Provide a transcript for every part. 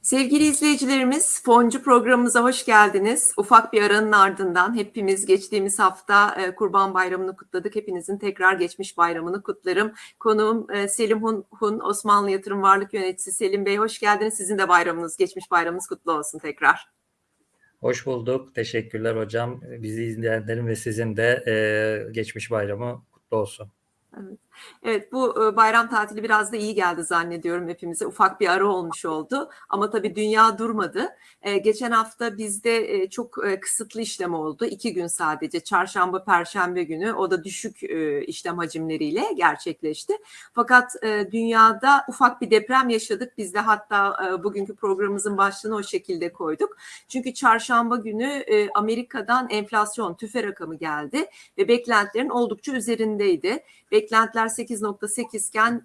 Sevgili izleyicilerimiz, Foncu programımıza hoş geldiniz. Ufak bir aranın ardından hepimiz geçtiğimiz hafta Kurban Bayramı'nı kutladık. Hepinizin tekrar geçmiş bayramını kutlarım. Konuğum Selim Hun, Osmanlı Yatırım Varlık Yöneticisi. Selim Bey hoş geldiniz. Sizin de bayramınız, geçmiş bayramınız kutlu olsun tekrar. Hoş bulduk. Teşekkürler hocam. Bizi izleyenlerin ve sizin de geçmiş bayramı kutlu olsun. Evet, bu bayram tatili biraz da iyi geldi zannediyorum hepimize. Ufak bir ara olmuş oldu ama tabii dünya durmadı. Geçen hafta bizde çok kısıtlı işlem oldu. 2 gün sadece, çarşamba, perşembe günü. O da düşük işlem hacimleriyle gerçekleşti. Fakat dünyada ufak bir deprem yaşadık. Biz de hatta bugünkü programımızın başlığını o şekilde koyduk. Çünkü çarşamba günü Amerika'dan enflasyon tüfe rakamı geldi ve beklentilerin oldukça üzerindeydi. Beklentiler 8.8 iken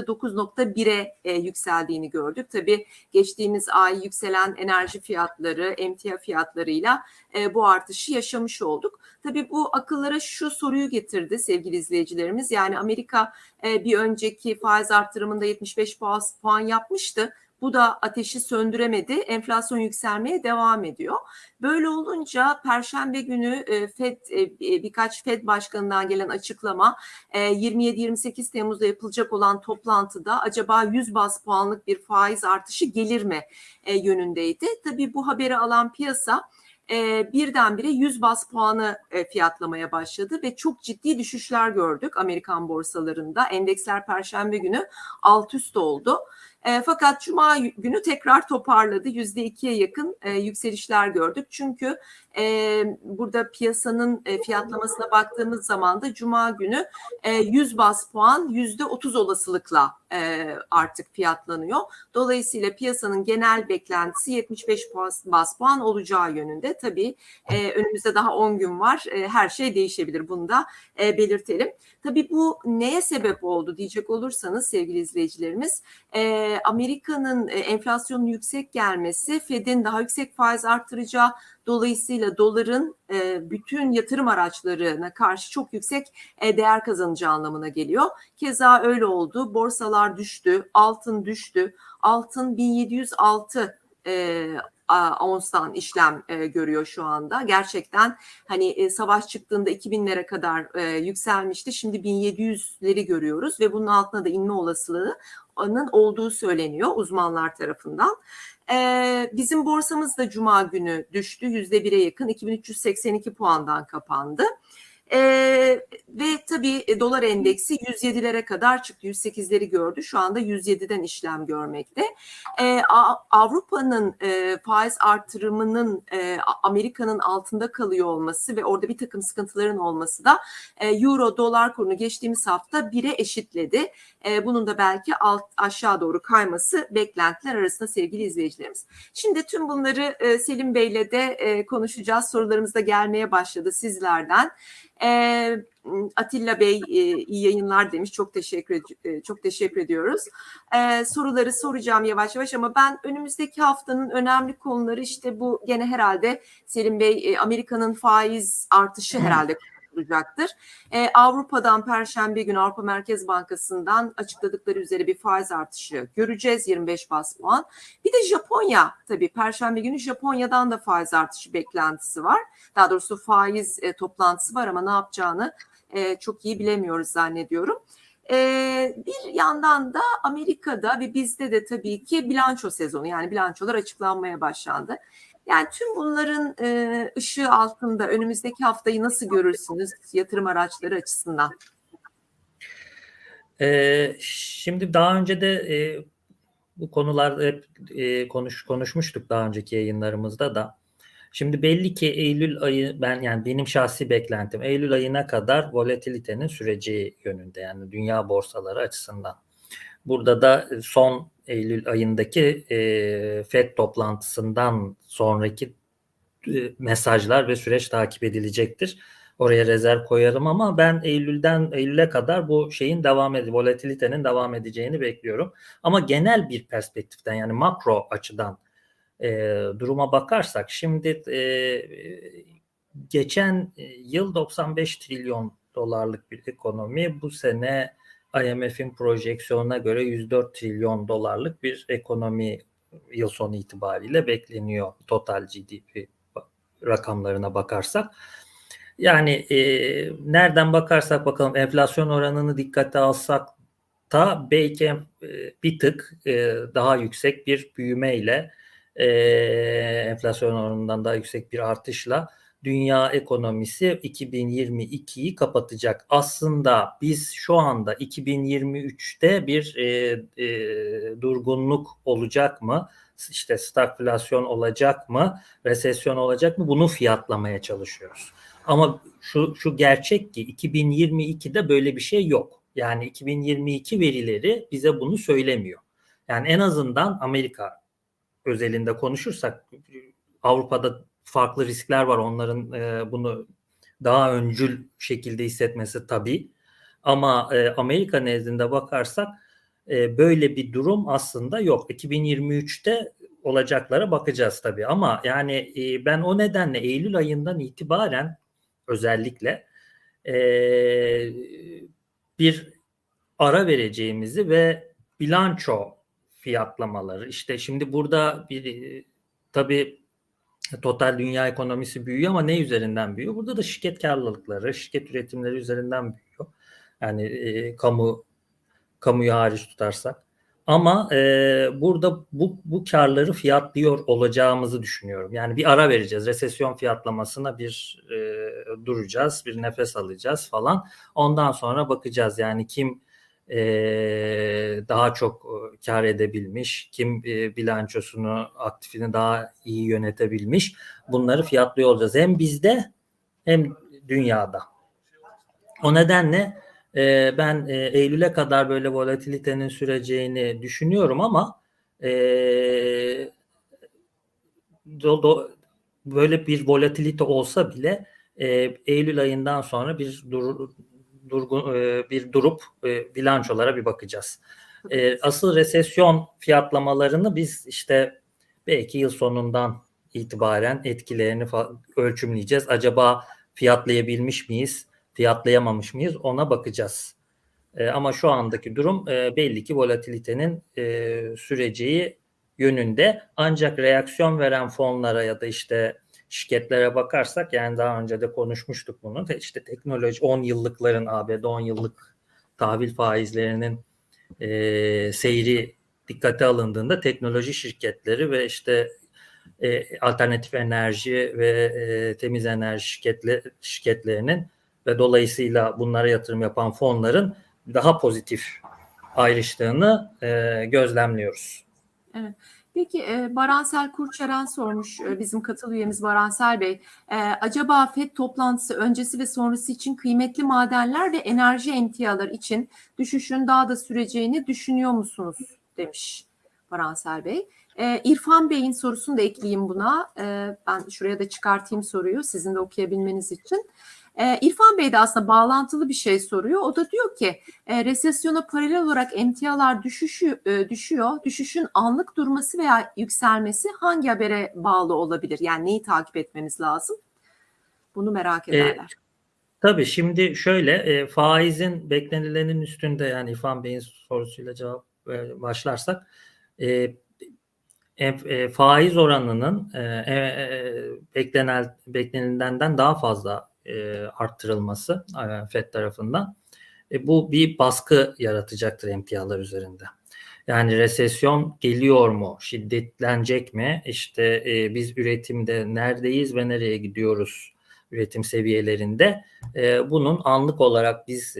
%9.1'e yükseldiğini gördük. Tabii geçtiğimiz ay yükselen enerji fiyatları, emtia fiyatlarıyla bu artışı yaşamış olduk. Tabii bu akıllara şu soruyu getirdi sevgili izleyicilerimiz. Yani Amerika bir önceki faiz artırımında 75 puan yapmıştı. Bu da ateşi söndüremedi. Enflasyon yükselmeye devam ediyor. Böyle olunca Perşembe günü birkaç Fed başkanından gelen açıklama 27-28 Temmuz'da yapılacak olan toplantıda acaba 100 baz puanlık bir faiz artışı gelir mi yönündeydi. Tabii bu haberi alan piyasa birdenbire 100 baz puanı fiyatlamaya başladı ve çok ciddi düşüşler gördük Amerikan borsalarında. Endeksler Perşembe günü alt üst oldu. Fakat Cuma günü tekrar toparladı. %2'ye yakın yükselişler gördük. Çünkü burada piyasanın fiyatlamasına baktığımız zaman da Cuma günü 100 baz puan %30 olasılıkla artık fiyatlanıyor. Dolayısıyla piyasanın genel beklentisi 75 baz puan olacağı yönünde. Tabii önümüzde daha 10 gün var. Her şey değişebilir. Bunu da belirtelim. Tabii bu neye sebep oldu diyecek olursanız sevgili izleyicilerimiz, Amerika'nın enflasyonun yüksek gelmesi, Fed'in daha yüksek faiz arttıracağı, dolayısıyla doların bütün yatırım araçlarına karşı çok yüksek değer kazanacağı anlamına geliyor. Keza öyle oldu. Borsalar düştü, altın düştü. Altın 1706 onstan işlem görüyor şu anda. Gerçekten hani savaş çıktığında 2000'lere kadar yükselmişti. Şimdi 1700'leri görüyoruz ve bunun altına da inme olasılığının olduğu söyleniyor uzmanlar tarafından. Bizim borsamız da Cuma günü düştü. %1'e yakın 2382 puandan kapandı. Ve tabii dolar endeksi 107'lere kadar çıktı. 108'leri gördü. Şu anda 107'den işlem görmekte. Avrupa'nın faiz artırımının Amerika'nın altında kalıyor olması ve orada bir takım sıkıntıların olması da euro dolar kurunu geçtiğimiz hafta 1'e eşitledi. Bunun da belki aşağı doğru kayması beklentiler arasında sevgili izleyicilerimiz. Şimdi tüm bunları Selim Bey'le de konuşacağız. Sorularımız da gelmeye başladı sizlerden. Atilla Bey iyi yayınlar demiş. Çok teşekkür ediyoruz. Soruları soracağım yavaş yavaş ama ben önümüzdeki haftanın önemli konuları işte bu gene herhalde Selim Bey Amerika'nın faiz artışı herhalde olacaktır. Avrupa'dan Perşembe günü Avrupa Merkez Bankası'ndan açıkladıkları üzere bir faiz artışı göreceğiz, 25 baz puan. Bir de Japonya, tabii Perşembe günü Japonya'dan da faiz artışı beklentisi var. Daha doğrusu faiz toplantısı var ama ne yapacağını çok iyi bilemiyoruz zannediyorum. Bir yandan da Amerika'da ve bizde de tabii ki bilanço sezonu, yani bilançolar açıklanmaya başlandı. Yani tüm bunların ışığı altında önümüzdeki haftayı nasıl görürsünüz yatırım araçları açısından? Şimdi daha önce de bu konularda hep konuşmuştuk daha önceki yayınlarımızda da. Şimdi belli ki Eylül ayı benim şahsi beklentim Eylül ayına kadar volatilitenin süreci yönünde, yani dünya borsaları açısından. Burada da son Eylül ayındaki FED toplantısından sonraki mesajlar ve süreç takip edilecektir. Oraya rezerv koyarım ama ben Eylül'den Eylül'e kadar bu şeyin volatilitenin devam edeceğini bekliyorum. Ama genel bir perspektiften, yani makro açıdan duruma bakarsak şimdi geçen yıl 95 trilyon dolarlık bir ekonomi, bu sene IMF'in projeksiyonuna göre 104 trilyon dolarlık bir ekonomi yıl sonu itibariyle bekleniyor total GDP rakamlarına bakarsak. Yani nereden bakarsak bakalım enflasyon oranını dikkate alsak da belki bir tık daha yüksek bir büyümeyle enflasyon oranından daha yüksek bir artışla dünya ekonomisi 2022'yi kapatacak. Aslında biz şu anda 2023'te bir durgunluk olacak mı? İşte stagflasyon olacak mı? Resesyon olacak mı? Bunu fiyatlamaya çalışıyoruz. Ama şu gerçek ki 2022'de böyle bir şey yok. Yani 2022 verileri bize bunu söylemiyor. Yani en azından Amerika özelinde konuşursak Avrupa'da farklı riskler var. Onların bunu daha öncül şekilde hissetmesi tabii. Ama Amerika nezdinde bakarsak böyle bir durum aslında yok. 2023'te olacaklara bakacağız tabii. Ama yani ben o nedenle Eylül ayından itibaren özellikle bir ara vereceğimizi ve bilanço fiyatlamaları işte şimdi burada bir tabii total dünya ekonomisi büyüyor ama ne üzerinden büyüyor? Burada da şirket karlılıkları, şirket üretimleri üzerinden büyüyor. Yani kamuyu hariç tutarsak. Ama burada bu karları fiyatlıyor olacağımızı düşünüyorum. Yani bir ara vereceğiz. Resesyon fiyatlamasına bir duracağız, bir nefes alacağız falan. Ondan sonra bakacağız yani kim daha çok kar edebilmiş, kim bilançosunu, aktifini daha iyi yönetebilmiş. Bunları fiyatlıyor olacağız. Hem bizde hem dünyada. O nedenle ben Eylül'e kadar böyle volatilitenin süreceğini düşünüyorum ama böyle bir volatilite olsa bile Eylül ayından sonra bir durup bilançolara bir bakacağız. Asıl resesyon fiyatlamalarını biz işte belki yıl sonundan itibaren etkilerini ölçümleyeceğiz. Acaba fiyatlayabilmiş miyiz, fiyatlayamamış mıyız ona bakacağız. Ama şu andaki durum belli ki volatilitenin süreceği yönünde. Ancak reaksiyon veren fonlara ya da işte şirketlere bakarsak yani daha önce de konuşmuştuk bunu. İşte teknoloji 10 yıllıkların ABD 10 yıllık tahvil faizlerinin seyri dikkate alındığında teknoloji şirketleri ve işte alternatif enerji ve temiz enerji şirketlerinin ve dolayısıyla bunlara yatırım yapan fonların daha pozitif ayrıştığını gözlemliyoruz. Evet. Peki Baransel Kurçeren sormuş bizim katıl üyemiz Baransel Bey. Acaba FED toplantısı öncesi ve sonrası için kıymetli madenler ve enerji emtiaları için düşüşün daha da süreceğini düşünüyor musunuz demiş Baransel Bey. İrfan Bey'in sorusunu da ekleyeyim buna. Ben şuraya da çıkartayım soruyu sizin de okuyabilmeniz için. İrfan Bey de aslında bağlantılı bir şey soruyor. O da diyor ki resesyona paralel olarak emtialar düşüyor. Düşüşün anlık durması veya yükselmesi hangi habere bağlı olabilir? Yani neyi takip etmemiz lazım? Bunu merak ederler. Tabii şimdi şöyle faizin beklenilenin üstünde yani İrfan Bey'in sorusuyla cevap başlarsak faiz oranının beklenilenden daha fazla arttırılması FED tarafından bu bir baskı yaratacaktır emtialar üzerinde. Yani resesyon geliyor mu? Şiddetlenecek mi? İşte biz üretimde neredeyiz ve nereye gidiyoruz üretim seviyelerinde? Bunun anlık olarak biz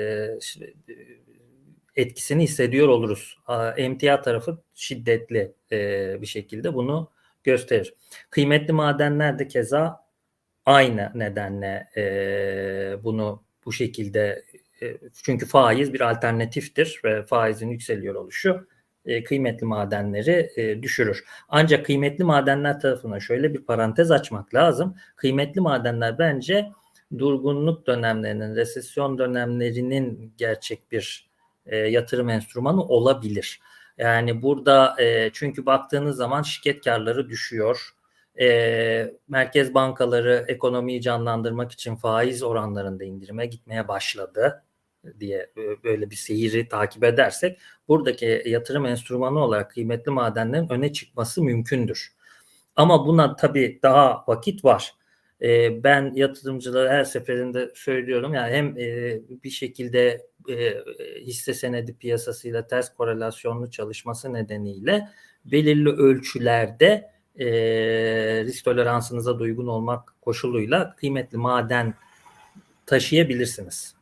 etkisini hissediyor oluruz. Emtia tarafı şiddetli bir şekilde bunu gösterir. Kıymetli madenler de keza aynı nedenle bunu bu şekilde çünkü faiz bir alternatiftir ve faizin yükseliyor oluşu kıymetli madenleri düşürür. Ancak kıymetli madenler tarafına şöyle bir parantez açmak lazım. Kıymetli madenler bence durgunluk dönemlerinin, resesyon dönemlerinin gerçek bir yatırım enstrümanı olabilir. Yani burada çünkü baktığınız zaman şirket karları düşüyor. Merkez bankaları ekonomiyi canlandırmak için faiz oranlarında indirime gitmeye başladı. diye böyle bir seyri takip edersek buradaki yatırım enstrümanı olarak kıymetli madenlerin öne çıkması mümkündür. Ama buna tabii daha vakit var. Ben yatırımcılara her seferinde söylüyorum, yani hem bir şekilde hisse senedi piyasasıyla ters korelasyonlu çalışması nedeniyle belirli ölçülerde risk toleransınıza da uygun olmak koşuluyla kıymetli maden taşıyabilirsiniz.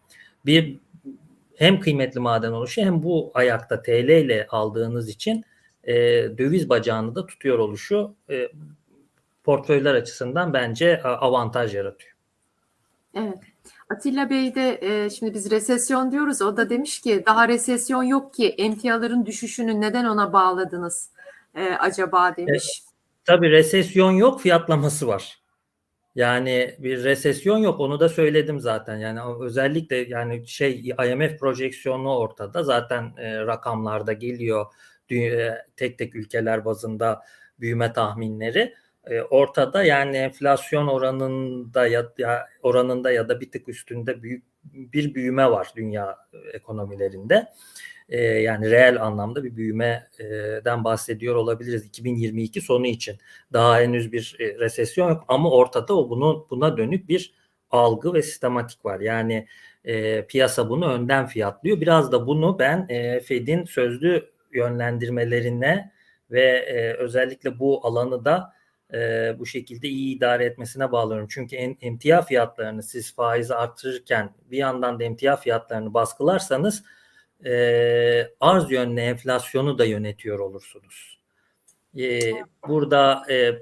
Hem kıymetli maden oluşu hem bu ayakta TL ile aldığınız için döviz bacağını da tutuyor oluşu portföyler açısından bence avantaj yaratıyor. Evet. Atilla Bey de şimdi biz resesyon diyoruz. O da demiş ki daha resesyon yok ki emtiaların düşüşünü neden ona bağladınız acaba demiş. Tabii resesyon yok, fiyatlaması var. Yani bir resesyon yok, onu da söyledim zaten. Yani özellikle yani IMF projeksiyonu ortada. Zaten rakamlarda geliyor. Tek tek ülkeler bazında büyüme tahminleri ortada. Yani enflasyon oranında ya da bir tık üstünde büyük bir büyüme var dünya ekonomilerinde. Yani reel anlamda bir büyümeden bahsediyor olabiliriz 2022 sonu için. Daha henüz bir resesyon yok ama ortada buna dönük bir algı ve sistematik var. Yani piyasa bunu önden fiyatlıyor. Biraz da bunu ben Fed'in sözlü yönlendirmelerine ve özellikle bu alanı da bu şekilde iyi idare etmesine bağlıyorum. Çünkü emtia fiyatlarını siz faizi artırırken bir yandan da emtia fiyatlarını baskılarsanız arz yönlü enflasyonu da yönetiyor olursunuz. Burada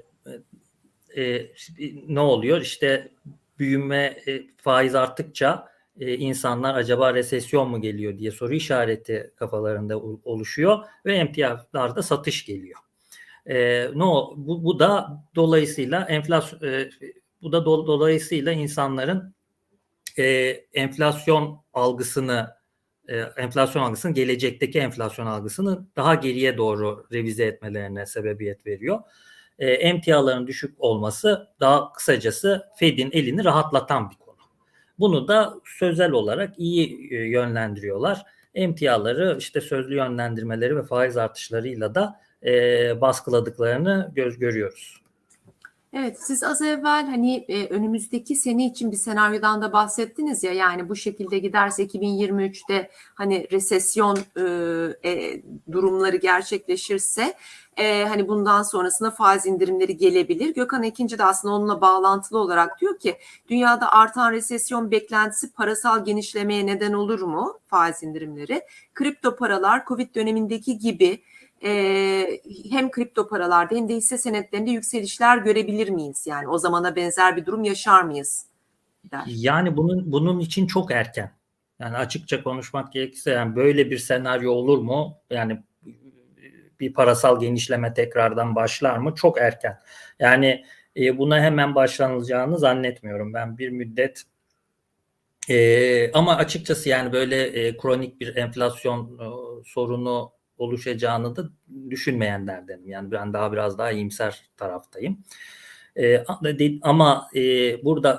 ne oluyor? İşte büyüme faiz arttıkça insanlar acaba resesyon mu geliyor diye soru işareti kafalarında oluşuyor ve emtialarda satış geliyor. Bu da dolayısıyla dolayısıyla insanların enflasyon algısını gelecekteki enflasyon algısını daha geriye doğru revize etmelerine sebebiyet veriyor. Emtiaların düşük olması daha kısacası Fed'in elini rahatlatan bir konu. Bunu da sözel olarak iyi yönlendiriyorlar. Emtiaları işte sözlü yönlendirmeleri ve faiz artışlarıyla da baskıladıklarını görüyoruz. Evet, siz az evvel hani önümüzdeki sene için bir senaryodan da bahsettiniz ya, yani bu şekilde giderse 2023'te hani resesyon durumları gerçekleşirse hani bundan sonrasında faiz indirimleri gelebilir. Gökhan Ekinci de aslında onunla bağlantılı olarak diyor ki dünyada artan resesyon beklentisi parasal genişlemeye neden olur mu faiz indirimleri? Kripto paralar Covid dönemindeki gibi hem kripto paralarda hem de hisse senetlerinde yükselişler görebilir miyiz? Yani o zamana benzer bir durum yaşar mıyız? Der. Yani bunun için çok erken. Yani açıkça konuşmak gerekirse yani böyle bir senaryo olur mu? Yani bir parasal genişleme tekrardan başlar mı? Çok erken. Yani buna hemen başlanılacağını zannetmiyorum. Ben bir müddet ama açıkçası yani böyle kronik bir enflasyon sorunu oluşacağını da düşünmeyenlerdenim. Yani ben biraz daha iyimser taraftayım. Ama burada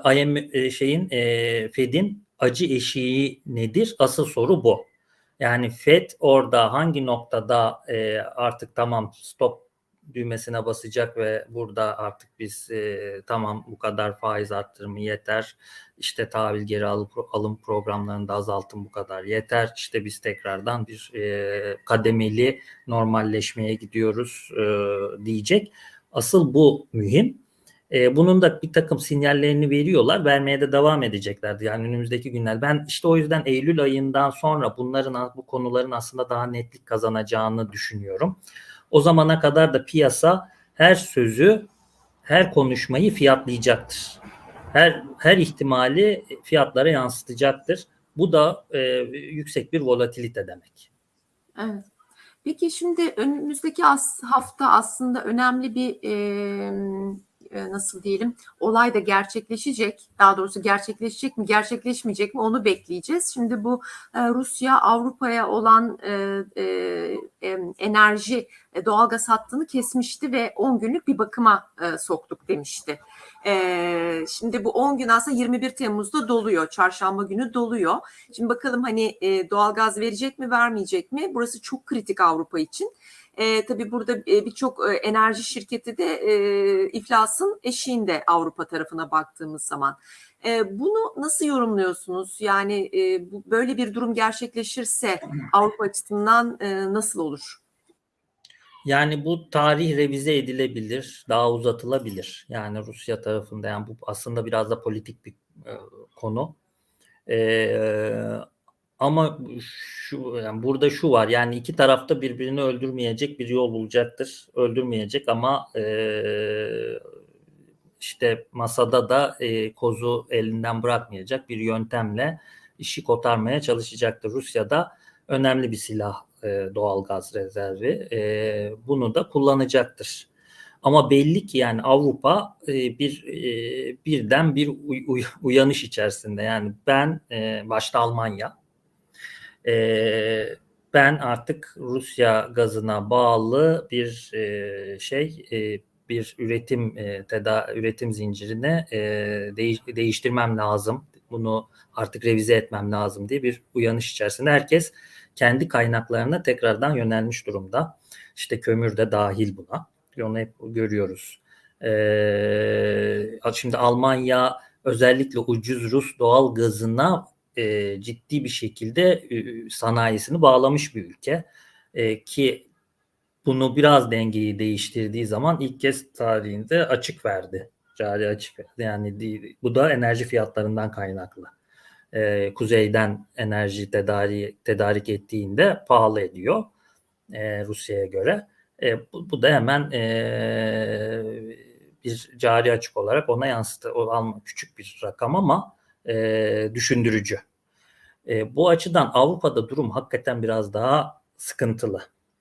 Fed'in acı eşiği nedir? Asıl soru bu. Yani Fed orada hangi noktada artık tamam stop düğmesine basacak ve burada artık biz tamam bu kadar faiz arttırımı yeter. İşte tahvil geri alım programlarını da azaltın, bu kadar yeter. İşte biz tekrardan bir kademeli normalleşmeye gidiyoruz diyecek. Asıl bu mühim. Bunun da bir takım sinyallerini veriyorlar. Vermeye de devam edeceklerdi. Yani önümüzdeki günler. Ben işte o yüzden Eylül ayından sonra bu konuların aslında daha netlik kazanacağını düşünüyorum. O zamana kadar da piyasa her sözü, her konuşmayı fiyatlayacaktır. Her ihtimali fiyatlara yansıtacaktır. Bu da yüksek bir volatilite demek. Evet. Peki şimdi önümüzdeki hafta aslında önemli bir nasıl diyelim olay da gerçekleşecek. Daha doğrusu gerçekleşecek mi gerçekleşmeyecek mi onu bekleyeceğiz. Şimdi bu Rusya Avrupa'ya olan enerji doğalgaz hattını kesmişti ve 10 günlük bir bakıma soktuk demişti. Şimdi bu 10 gün aslında 21 Temmuz'da doluyor. Çarşamba günü doluyor. Şimdi bakalım hani doğalgaz verecek mi vermeyecek mi? Burası çok kritik Avrupa için. Tabii burada birçok enerji şirketi de iflasın eşiğinde Avrupa tarafına baktığımız zaman. Bunu nasıl yorumluyorsunuz? Yani böyle bir durum gerçekleşirse Avrupa açısından nasıl olur? Yani bu tarih revize edilebilir, daha uzatılabilir. Yani Rusya tarafında, yani bu aslında biraz da politik bir konu. Ama şu, yani burada şu var, yani iki tarafta birbirini öldürmeyecek bir yol bulacaktır. Öldürmeyecek ama işte masada da kozu elinden bırakmayacak bir yöntemle işi kotarmaya çalışacaktır. Rusya'da önemli bir silah doğal gaz rezervi. Bunu da kullanacaktır. Ama belli ki yani Avrupa birden bir uyanış içerisinde. Yani ben başta Almanya, ben artık Rusya gazına bağlı bir bir üretim zincirine değiştirmem lazım. Bunu artık revize etmem lazım diye bir uyanış içerisinde. Herkes kendi kaynaklarına tekrardan yönelmiş durumda. İşte kömür de dahil buna. Onu hep görüyoruz. Şimdi Almanya özellikle ucuz Rus doğal gazına ciddi bir şekilde sanayisini bağlamış bir ülke. Ki bunu biraz dengeyi değiştirdiği zaman ilk kez tarihinde açık verdi. Cari açık verdi. Yani bu da enerji fiyatlarından kaynaklı. Kuzeyden enerji tedarik ettiğinde pahalı ediyor Rusya'ya göre. Bu da hemen bir cari açık olarak ona yansıtı. O küçük bir rakam ama düşündürücü. Bu açıdan Avrupa'da durum hakikaten biraz daha sıkıntılı.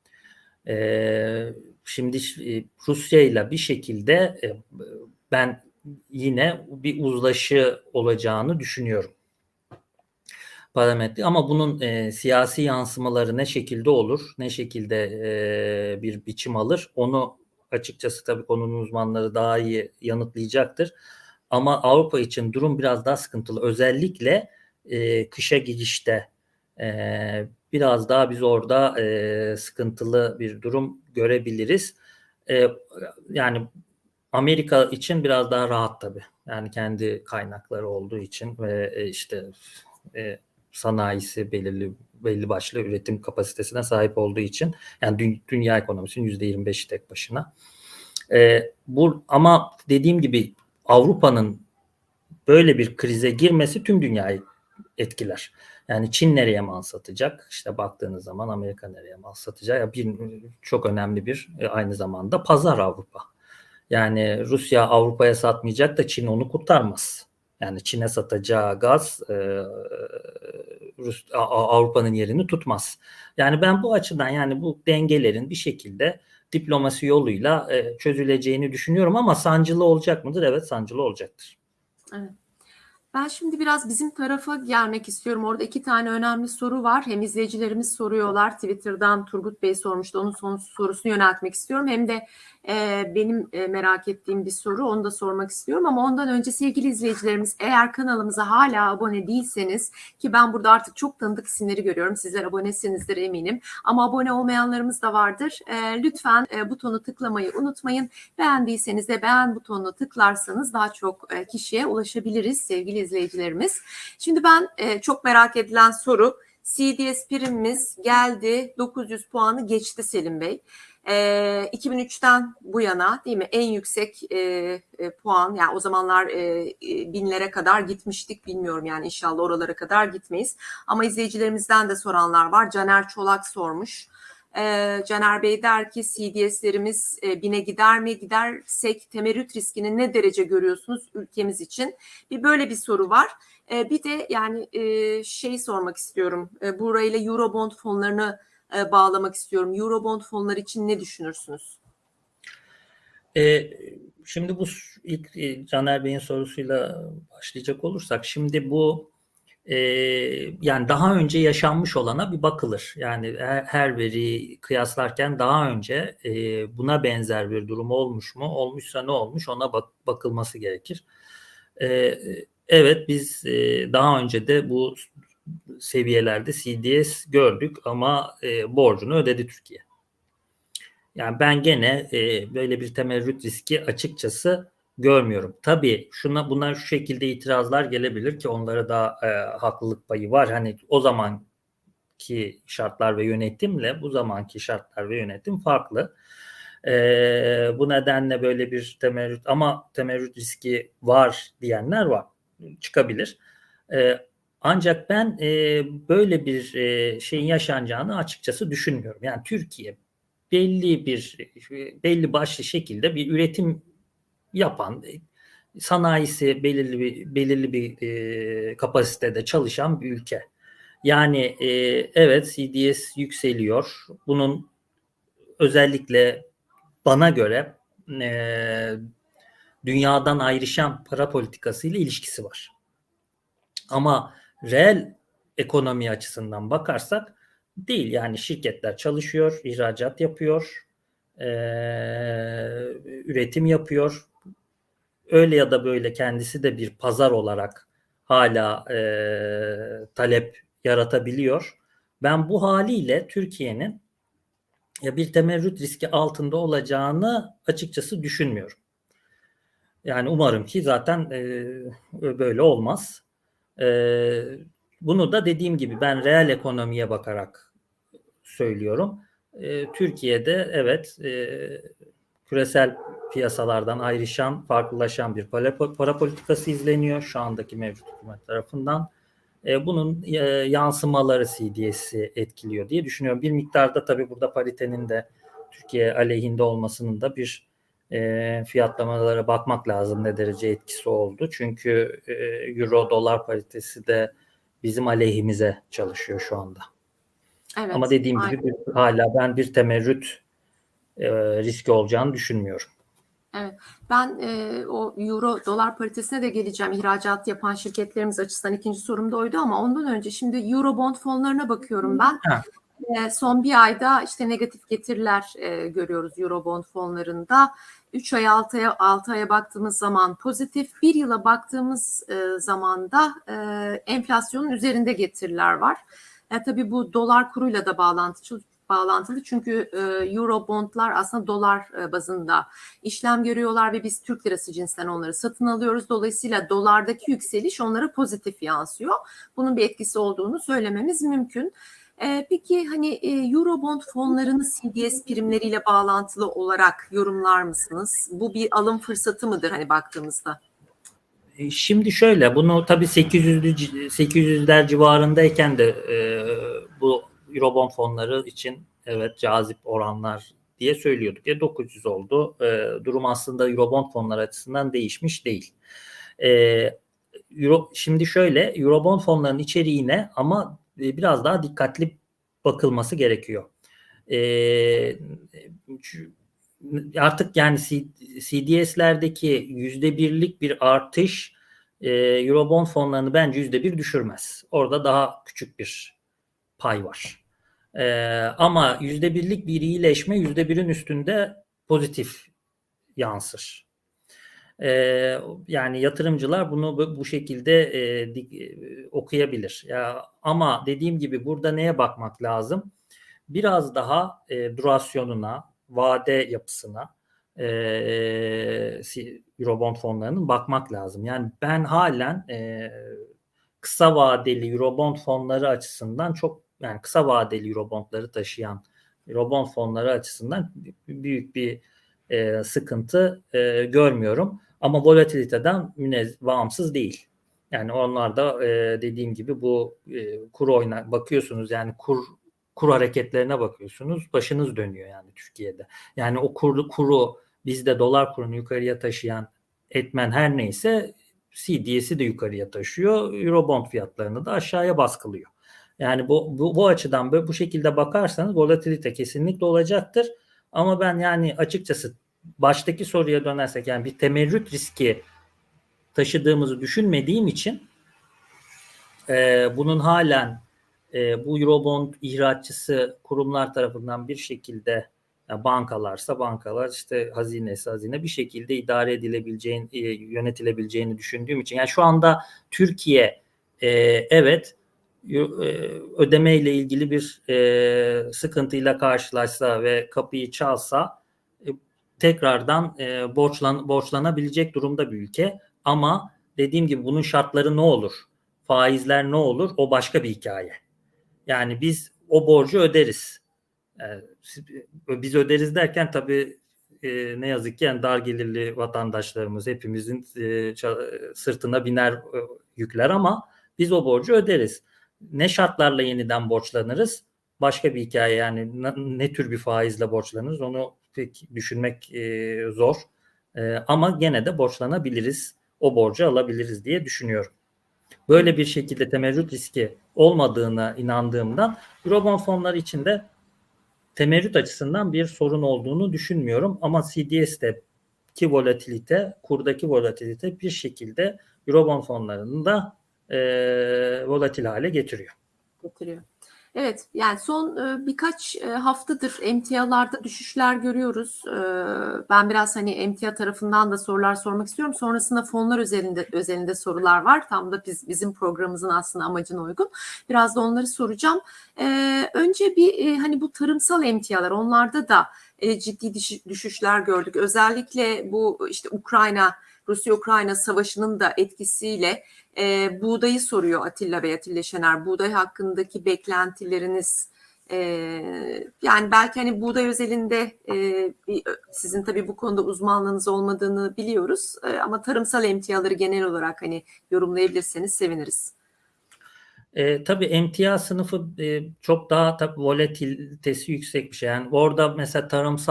Şimdi Rusya ile bir şekilde ben yine bir uzlaşı olacağını düşünüyorum. Parametre, ama bunun siyasi yansımaları ne şekilde olur, ne şekilde bir biçim alır, onu açıkçası tabii konunun uzmanları daha iyi yanıtlayacaktır. Ama Avrupa için durum biraz daha sıkıntılı. Özellikle kışa girişte biraz daha biz orada sıkıntılı bir durum görebiliriz. Yani Amerika için biraz daha rahat tabii. Yani kendi kaynakları olduğu için ve işte sanayisi belli başlı üretim kapasitesine sahip olduğu için, yani dünya ekonomisinin %25'i tek başına. Ama dediğim gibi Avrupa'nın böyle bir krize girmesi tüm dünyayı etkiler. Yani Çin nereye mal satacak? İşte baktığınız zaman Amerika nereye mal satacak? Çok önemli bir aynı zamanda pazar Avrupa. Yani Rusya Avrupa'ya satmayacak da Çin onu kurtarmaz. Yani Çin'e satacağı gaz Avrupa'nın yerini tutmaz. Yani ben bu açıdan, yani bu dengelerin bir şekilde diplomasi yoluyla çözüleceğini düşünüyorum, ama sancılı olacak mıdır? Evet, sancılı olacaktır. Evet. Ben şimdi biraz bizim tarafa gelmek istiyorum. Orada iki tane önemli soru var. Hem izleyicilerimiz soruyorlar. Twitter'dan Turgut Bey sormuştu. Onun sorusunu yöneltmek istiyorum. Hem de benim merak ettiğim bir soru. Onu da sormak istiyorum. Ama ondan önce sevgili izleyicilerimiz, eğer kanalımıza hala abone değilseniz, ki ben burada artık çok tanıdık isimleri görüyorum. Sizler abonesinizdir eminim. Ama abone olmayanlarımız da vardır. Lütfen butonu tıklamayı unutmayın. Beğendiyseniz de beğen butonuna tıklarsanız daha çok kişiye ulaşabiliriz sevgili izleyicilerimiz. Şimdi ben çok merak edilen soru, CDS primimiz geldi, 900 puanı geçti Selim Bey. 2003'ten bu yana değil mi en yüksek puan, yani o zamanlar binlere kadar gitmiştik, bilmiyorum yani, inşallah oralara kadar gitmeyiz. Ama izleyicilerimizden de soranlar var. Caner Çolak sormuş. Caner Bey der ki CDS'lerimiz bine gider mi? Gidersek temerrüt riskini ne derece görüyorsunuz ülkemiz için? Böyle bir soru var. Bir de yani sormak istiyorum. Burayla Eurobond fonlarını bağlamak istiyorum. Eurobond fonları için ne düşünürsünüz? Şimdi bu ilk Caner Bey'in sorusuyla başlayacak olursak, şimdi bu Yani daha önce yaşanmış olana bir bakılır. Yani her veriyi kıyaslarken daha önce buna benzer bir durum olmuş mu? Olmuşsa ne olmuş? Ona bakılması gerekir. Evet, biz daha önce de bu seviyelerde CDS gördük ama borcunu ödedi Türkiye. Yani ben gene böyle bir temerrüt riski açıkçası görmüyorum. Tabii bunlar şu şekilde itirazlar gelebilir ki onlara da haklılık payı var. Hani o zamanki şartlar ve yönetimle bu zamanki şartlar ve yönetim farklı. Bu nedenle böyle bir temerrüt riski var diyenler var. Çıkabilir. Ancak ben böyle bir şeyin yaşanacağını açıkçası düşünmüyorum. Yani Türkiye belli başlı şekilde bir üretim yapan, sanayisi belirli bir kapasitede çalışan bir ülke. Yani evet, CDS yükseliyor. Bunun özellikle bana göre dünyadan ayrışan para politikası ile ilişkisi var. Ama reel ekonomi açısından bakarsak değil. Yani şirketler çalışıyor, ihracat yapıyor, üretim yapıyor. Öyle ya da böyle kendisi de bir pazar olarak hala talep yaratabiliyor. Ben bu haliyle Türkiye'nin bir temerrüt riski altında olacağını açıkçası düşünmüyorum. Yani umarım ki zaten böyle olmaz. Bunu da dediğim gibi ben reel ekonomiye bakarak söylüyorum. Türkiye'de evet, küresel piyasalardan ayrışan, farklılaşan bir para politikası izleniyor şu andaki mevcut hükümet tarafından. Bunun yansımaları CDS'i etkiliyor diye düşünüyorum. Bir miktarda tabii burada paritenin de Türkiye aleyhinde olmasının da bir fiyatlamalara bakmak lazım ne derece etkisi oldu. Çünkü euro dolar paritesi de bizim aleyhimize çalışıyor şu anda. Ama Evet, dediğim gibi hala ben bir temerrüt riski olacağını düşünmüyorum. evet. Ben o euro dolar paritesine de geleceğim. İhracat yapan şirketlerimiz açısından ikinci sorum da oydu ama ondan önce şimdi euro bond fonlarına bakıyorum ben. Son bir ayda işte negatif getiriler görüyoruz Eurobond fonlarında. 3 ay 6 aya baktığımız zaman pozitif, bir yıla baktığımız zaman da enflasyonun üzerinde getiriler var. Tabii bu dolar kuruyla da bağlantılı çünkü Eurobondlar aslında dolar bazında işlem görüyorlar ve biz Türk lirası cinsinden onları satın alıyoruz. Dolayısıyla dolardaki yükseliş onlara pozitif yansıyor. Bunun bir etkisi olduğunu söylememiz mümkün. Peki hani Eurobond fonlarını CDS primleriyle bağlantılı olarak yorumlar mısınız? Bu bir alım fırsatı mıdır hani baktığımızda? Şimdi şöyle, bunu tabii 800'ler civarındayken de bu Eurobond fonları için evet cazip oranlar diye söylüyorduk. 900 oldu. Durum aslında Eurobond fonları açısından değişmiş değil. Şimdi şöyle, Eurobond fonlarının içeriğine ama biraz daha dikkatli bakılması gerekiyor. Artık yani CDS'lerdeki %1'lik bir artış Eurobond fonlarını bence %1 düşürmez. Orada daha küçük bir pay var. Ama %1'lik bir iyileşme %1'in üstünde pozitif yansır. Yani yatırımcılar bunu bu şekilde okuyabilir. Ama dediğim gibi burada neye bakmak lazım? Biraz daha durasyonuna, vade yapısına Eurobond fonlarının bakmak lazım. Yani ben halen kısa vadeli Eurobond fonları açısından yani kısa vadeli Eurobondları taşıyan Eurobond fonları açısından büyük bir sıkıntı görmüyorum. Ama volatiliteden bağımsız değil. Yani onlar da dediğim gibi bu kur bakıyorsunuz, yani kur hareketlerine bakıyorsunuz. Başınız dönüyor yani Türkiye'de. Yani o kuru bizde dolar kurunu yukarıya taşıyan etmen her neyse CDS'i de yukarıya taşıyor. Eurobond fiyatlarını da aşağıya baskılıyor. Yani bu açıdan böyle bu şekilde bakarsanız volatilite kesinlikle olacaktır. Ama ben yani açıkçası baştaki soruya dönersek yani bir temerrüt riski taşıdığımızı düşünmediğim için bunun halen bu Eurobond ihracçısı kurumlar tarafından bir şekilde, yani bankalarsa bankalar, işte hazinesi hazine, bir şekilde idare edilebileceğini, yönetilebileceğini düşündüğüm için, yani şu anda Türkiye evet ödeme ile ilgili bir sıkıntıyla karşılaşsa ve kapıyı çalsa tekrardan borçlanabilecek durumda bir ülke, ama dediğim gibi bunun şartları ne olur? Faizler ne olur? O başka bir hikaye. Yani biz o borcu öderiz. Biz öderiz derken tabii ne yazık ki yani dar gelirli vatandaşlarımız, hepimizin sırtına biner yükler, ama biz o borcu öderiz. Ne şartlarla yeniden borçlanırız? Başka bir hikaye. Yani ne tür bir faizle borçlanırız? Onu pek düşünmek zor. Ama gene de borçlanabiliriz. O borcu alabiliriz diye düşünüyorum. Böyle bir şekilde temerrüt riski olmadığına inandığımdan Eurobond fonları içinde temerrüt açısından bir sorun olduğunu düşünmüyorum. Ama CDS'deki volatilite, kurdaki volatilite bir şekilde Eurobond fonlarını da volatil hale getiriyor. Evet, yani son birkaç haftadır emtialarda düşüşler görüyoruz. Ben biraz hani emtia tarafından da sorular sormak istiyorum. Sonrasında fonlar özelinde sorular var. Tam da bizim programımızın aslında amacına uygun. Biraz da onları soracağım. Önce bir hani bu tarımsal emtialar, onlarda da ciddi düşüşler gördük. Özellikle bu işte Rusya-Ukrayna savaşının da etkisiyle buğdayı soruyor Atilla Bey, Atilla Şener. Buğday hakkındaki beklentileriniz, yani belki hani buğday özelinde sizin tabii bu konuda uzmanlığınız olmadığını biliyoruz. Ama tarımsal emtiaları genel olarak hani yorumlayabilirseniz seviniriz. Tabii emtia sınıfı çok daha tabii volatilitesi yüksek bir şey. Yani orada mesela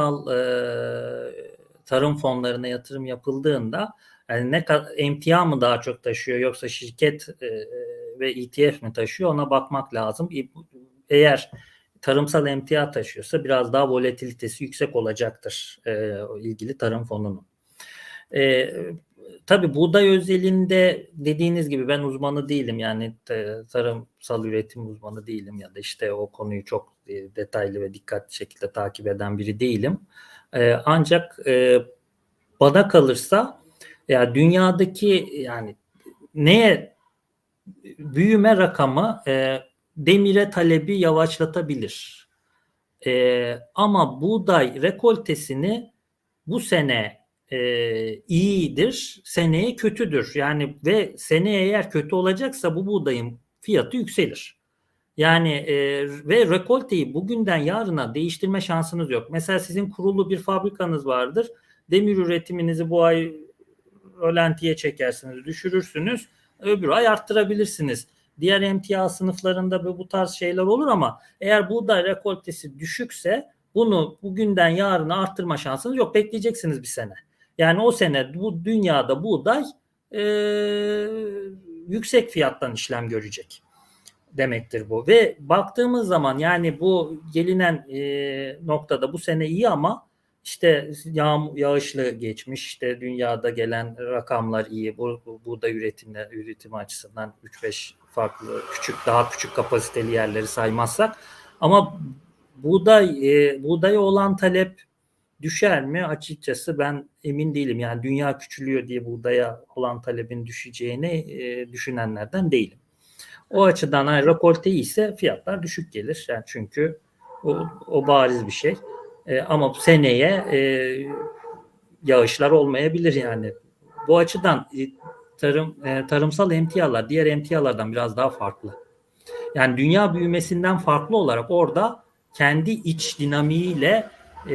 tarım fonlarına yatırım yapıldığında, yani ne kadar emtia mı daha çok taşıyor, yoksa şirket ve ETF mi taşıyor, ona bakmak lazım. Eğer tarımsal emtia taşıyorsa biraz daha volatilitesi yüksek olacaktır ilgili tarım fonunun. Tabii buğday özelinde dediğiniz gibi ben uzmanı değilim, yani tarımsal üretim uzmanı değilim ya da işte o konuyu çok detaylı ve dikkatli şekilde takip eden biri değilim. Ancak bana kalırsa ya dünyadaki yani büyüme rakamı demire talebi yavaşlatabilir. Ama buğday rekoltesini bu sene iyidir, seneye kötüdür. Yani ve seneye eğer kötü olacaksa bu buğdayın fiyatı yükselir. Yani ve rekolteyi bugünden yarına değiştirme şansınız yok. Mesela sizin kurulu bir fabrikanız vardır. Demir üretiminizi bu ay rölantiye çekersiniz, düşürürsünüz. Öbür ay arttırabilirsiniz. Diğer emtia sınıflarında bu tarz şeyler olur, ama eğer buğday rekoltesi düşükse bunu bugünden yarına arttırma şansınız yok. Bekleyeceksiniz bir sene. Yani o sene bu dünyada buğday yüksek fiyattan işlem görecek demektir bu. Ve baktığımız zaman yani bu gelinen noktada bu sene iyi, ama işte yağışlı geçmiş, işte dünyada gelen rakamlar iyi. Buğday üretimi açısından 3-5 farklı daha küçük kapasiteli yerleri saymazsak, ama buğdaya olan talep düşer mi? Açıkçası ben emin değilim. Yani dünya küçülüyor diye buğdaya olan talebin düşeceğini düşünenlerden değilim. O açıdan hani rekolte iyiyse fiyatlar düşük gelir. Yani çünkü o bariz bir şey. Ama seneye yağışlar olmayabilir yani. Bu açıdan tarımsal emtialar diğer emtialardan biraz daha farklı. Yani dünya büyümesinden farklı olarak orada kendi iç dinamiğiyle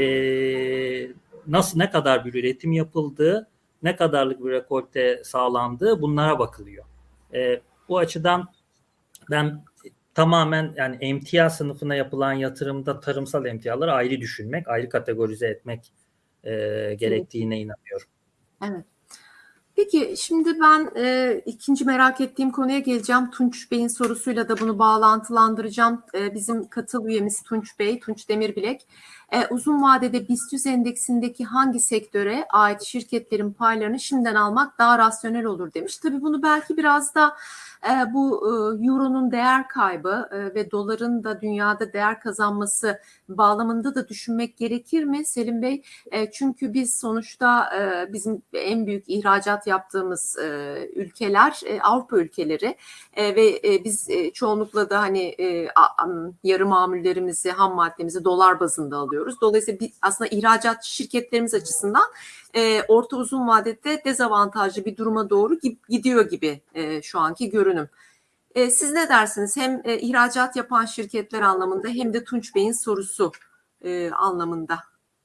ne kadar bir üretim yapıldığı, ne kadarlık bir rekolte sağlandığı, bunlara bakılıyor. Bu açıdan ben tamamen yani emtia sınıfına yapılan yatırımda tarımsal emtiaları ayrı düşünmek, ayrı kategorize etmek gerektiğine inanıyorum. Evet. Peki şimdi ben ikinci merak ettiğim konuya geleceğim. Tunç Bey'in sorusuyla da bunu bağlantılandıracağım. Bizim katıl üyemiz Tunç Bey, Tunç Demirbilek. uzun vadede BIST endeksindeki hangi sektöre ait şirketlerin paylarını şimdiden almak daha rasyonel olur demiş. Tabii bunu belki biraz da bu euronun değer kaybı ve doların da dünyada değer kazanması bağlamında da düşünmek gerekir mi Selim Bey? Çünkü biz sonuçta bizim en büyük ihracat yaptığımız ülkeler Avrupa ülkeleri ve biz çoğunlukla da hani yarı mamullerimizi, ham maddemizi dolar bazında alıyoruz. Dolayısıyla aslında ihracatçı şirketlerimiz açısından orta uzun vadede dezavantajlı bir duruma doğru gidiyor gibi şu anki görünüm. Siz ne dersiniz? Hem ihracat yapan şirketler anlamında hem de Tunç Bey'in sorusu anlamında.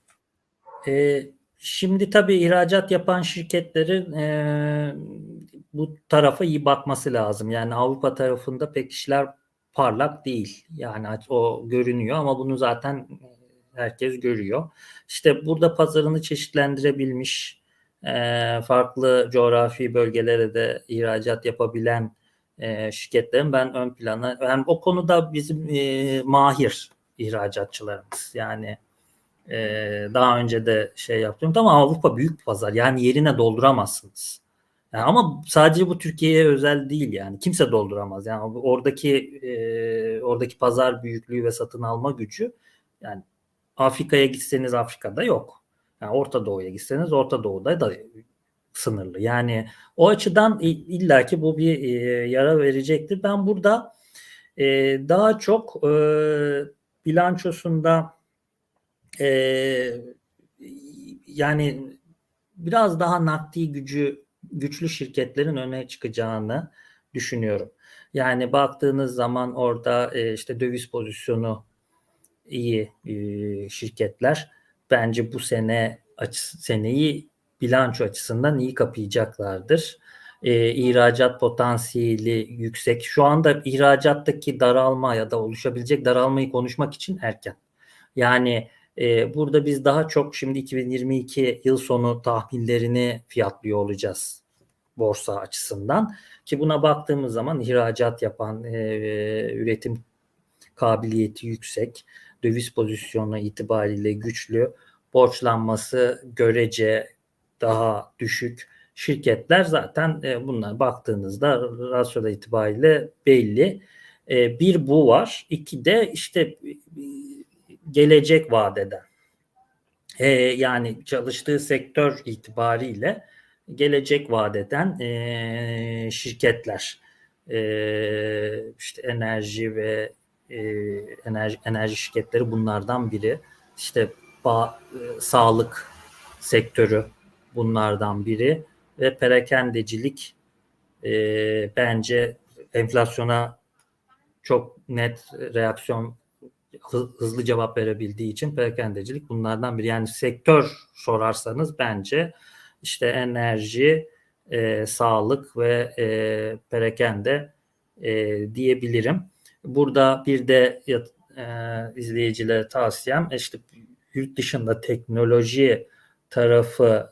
Şimdi tabii ihracat yapan şirketlerin bu tarafa iyi bakması lazım. Yani Avrupa tarafında pek işler parlak değil. Yani o görünüyor ama bunu zaten herkes görüyor. İşte burada pazarını çeşitlendirebilmiş, farklı coğrafi bölgelere de ihracat yapabilen şirketlerin ben ön plana, yani o konuda bizim mahir ihracatçılarımız. Yani daha önce de şey yaptım ama Avrupa büyük bir pazar. Yani yerine dolduramazsınız. Yani ama sadece bu Türkiye'ye özel değil yani. Kimse dolduramaz. Yani oradaki pazar büyüklüğü ve satın alma gücü, yani Afrika'ya gitseniz Afrika'da yok. Yani Orta Doğu'ya gitseniz Orta Doğu'da da sınırlı. Yani o açıdan illaki bu bir yara verecektir. Ben burada daha çok bilançosunda yani biraz daha nakdi güçlü şirketlerin öne çıkacağını düşünüyorum. Yani baktığınız zaman orada işte döviz pozisyonu iyi şirketler bence bu seneyi bilanço açısından iyi kapayacaklardır. İhracat potansiyeli yüksek. Şu anda ihracattaki daralma ya da oluşabilecek daralmayı konuşmak için erken. Yani burada biz daha çok şimdi 2022 yıl sonu tahminlerini fiyatlıyor olacağız borsa açısından. Ki buna baktığımız zaman ihracat yapan, üretim kabiliyeti yüksek, döviz pozisyonu itibariyle güçlü, borçlanması görece daha düşük şirketler zaten bunlar baktığınızda rasyoda itibariyle belli. Bir bu var. İki de işte gelecek vadeden. Yani çalıştığı sektör itibariyle gelecek vadeden şirketler, işte enerji ve enerji şirketleri bunlardan biri. İşte sağlık sektörü bunlardan biri ve perakendecilik bence enflasyona çok net reaksiyon, hızlı cevap verebildiği için perakendecilik bunlardan biri. Yani sektör sorarsanız bence işte enerji, sağlık ve perakende diyebilirim. Burada bir de izleyicilere tavsiyem işte yurt dışında teknoloji tarafı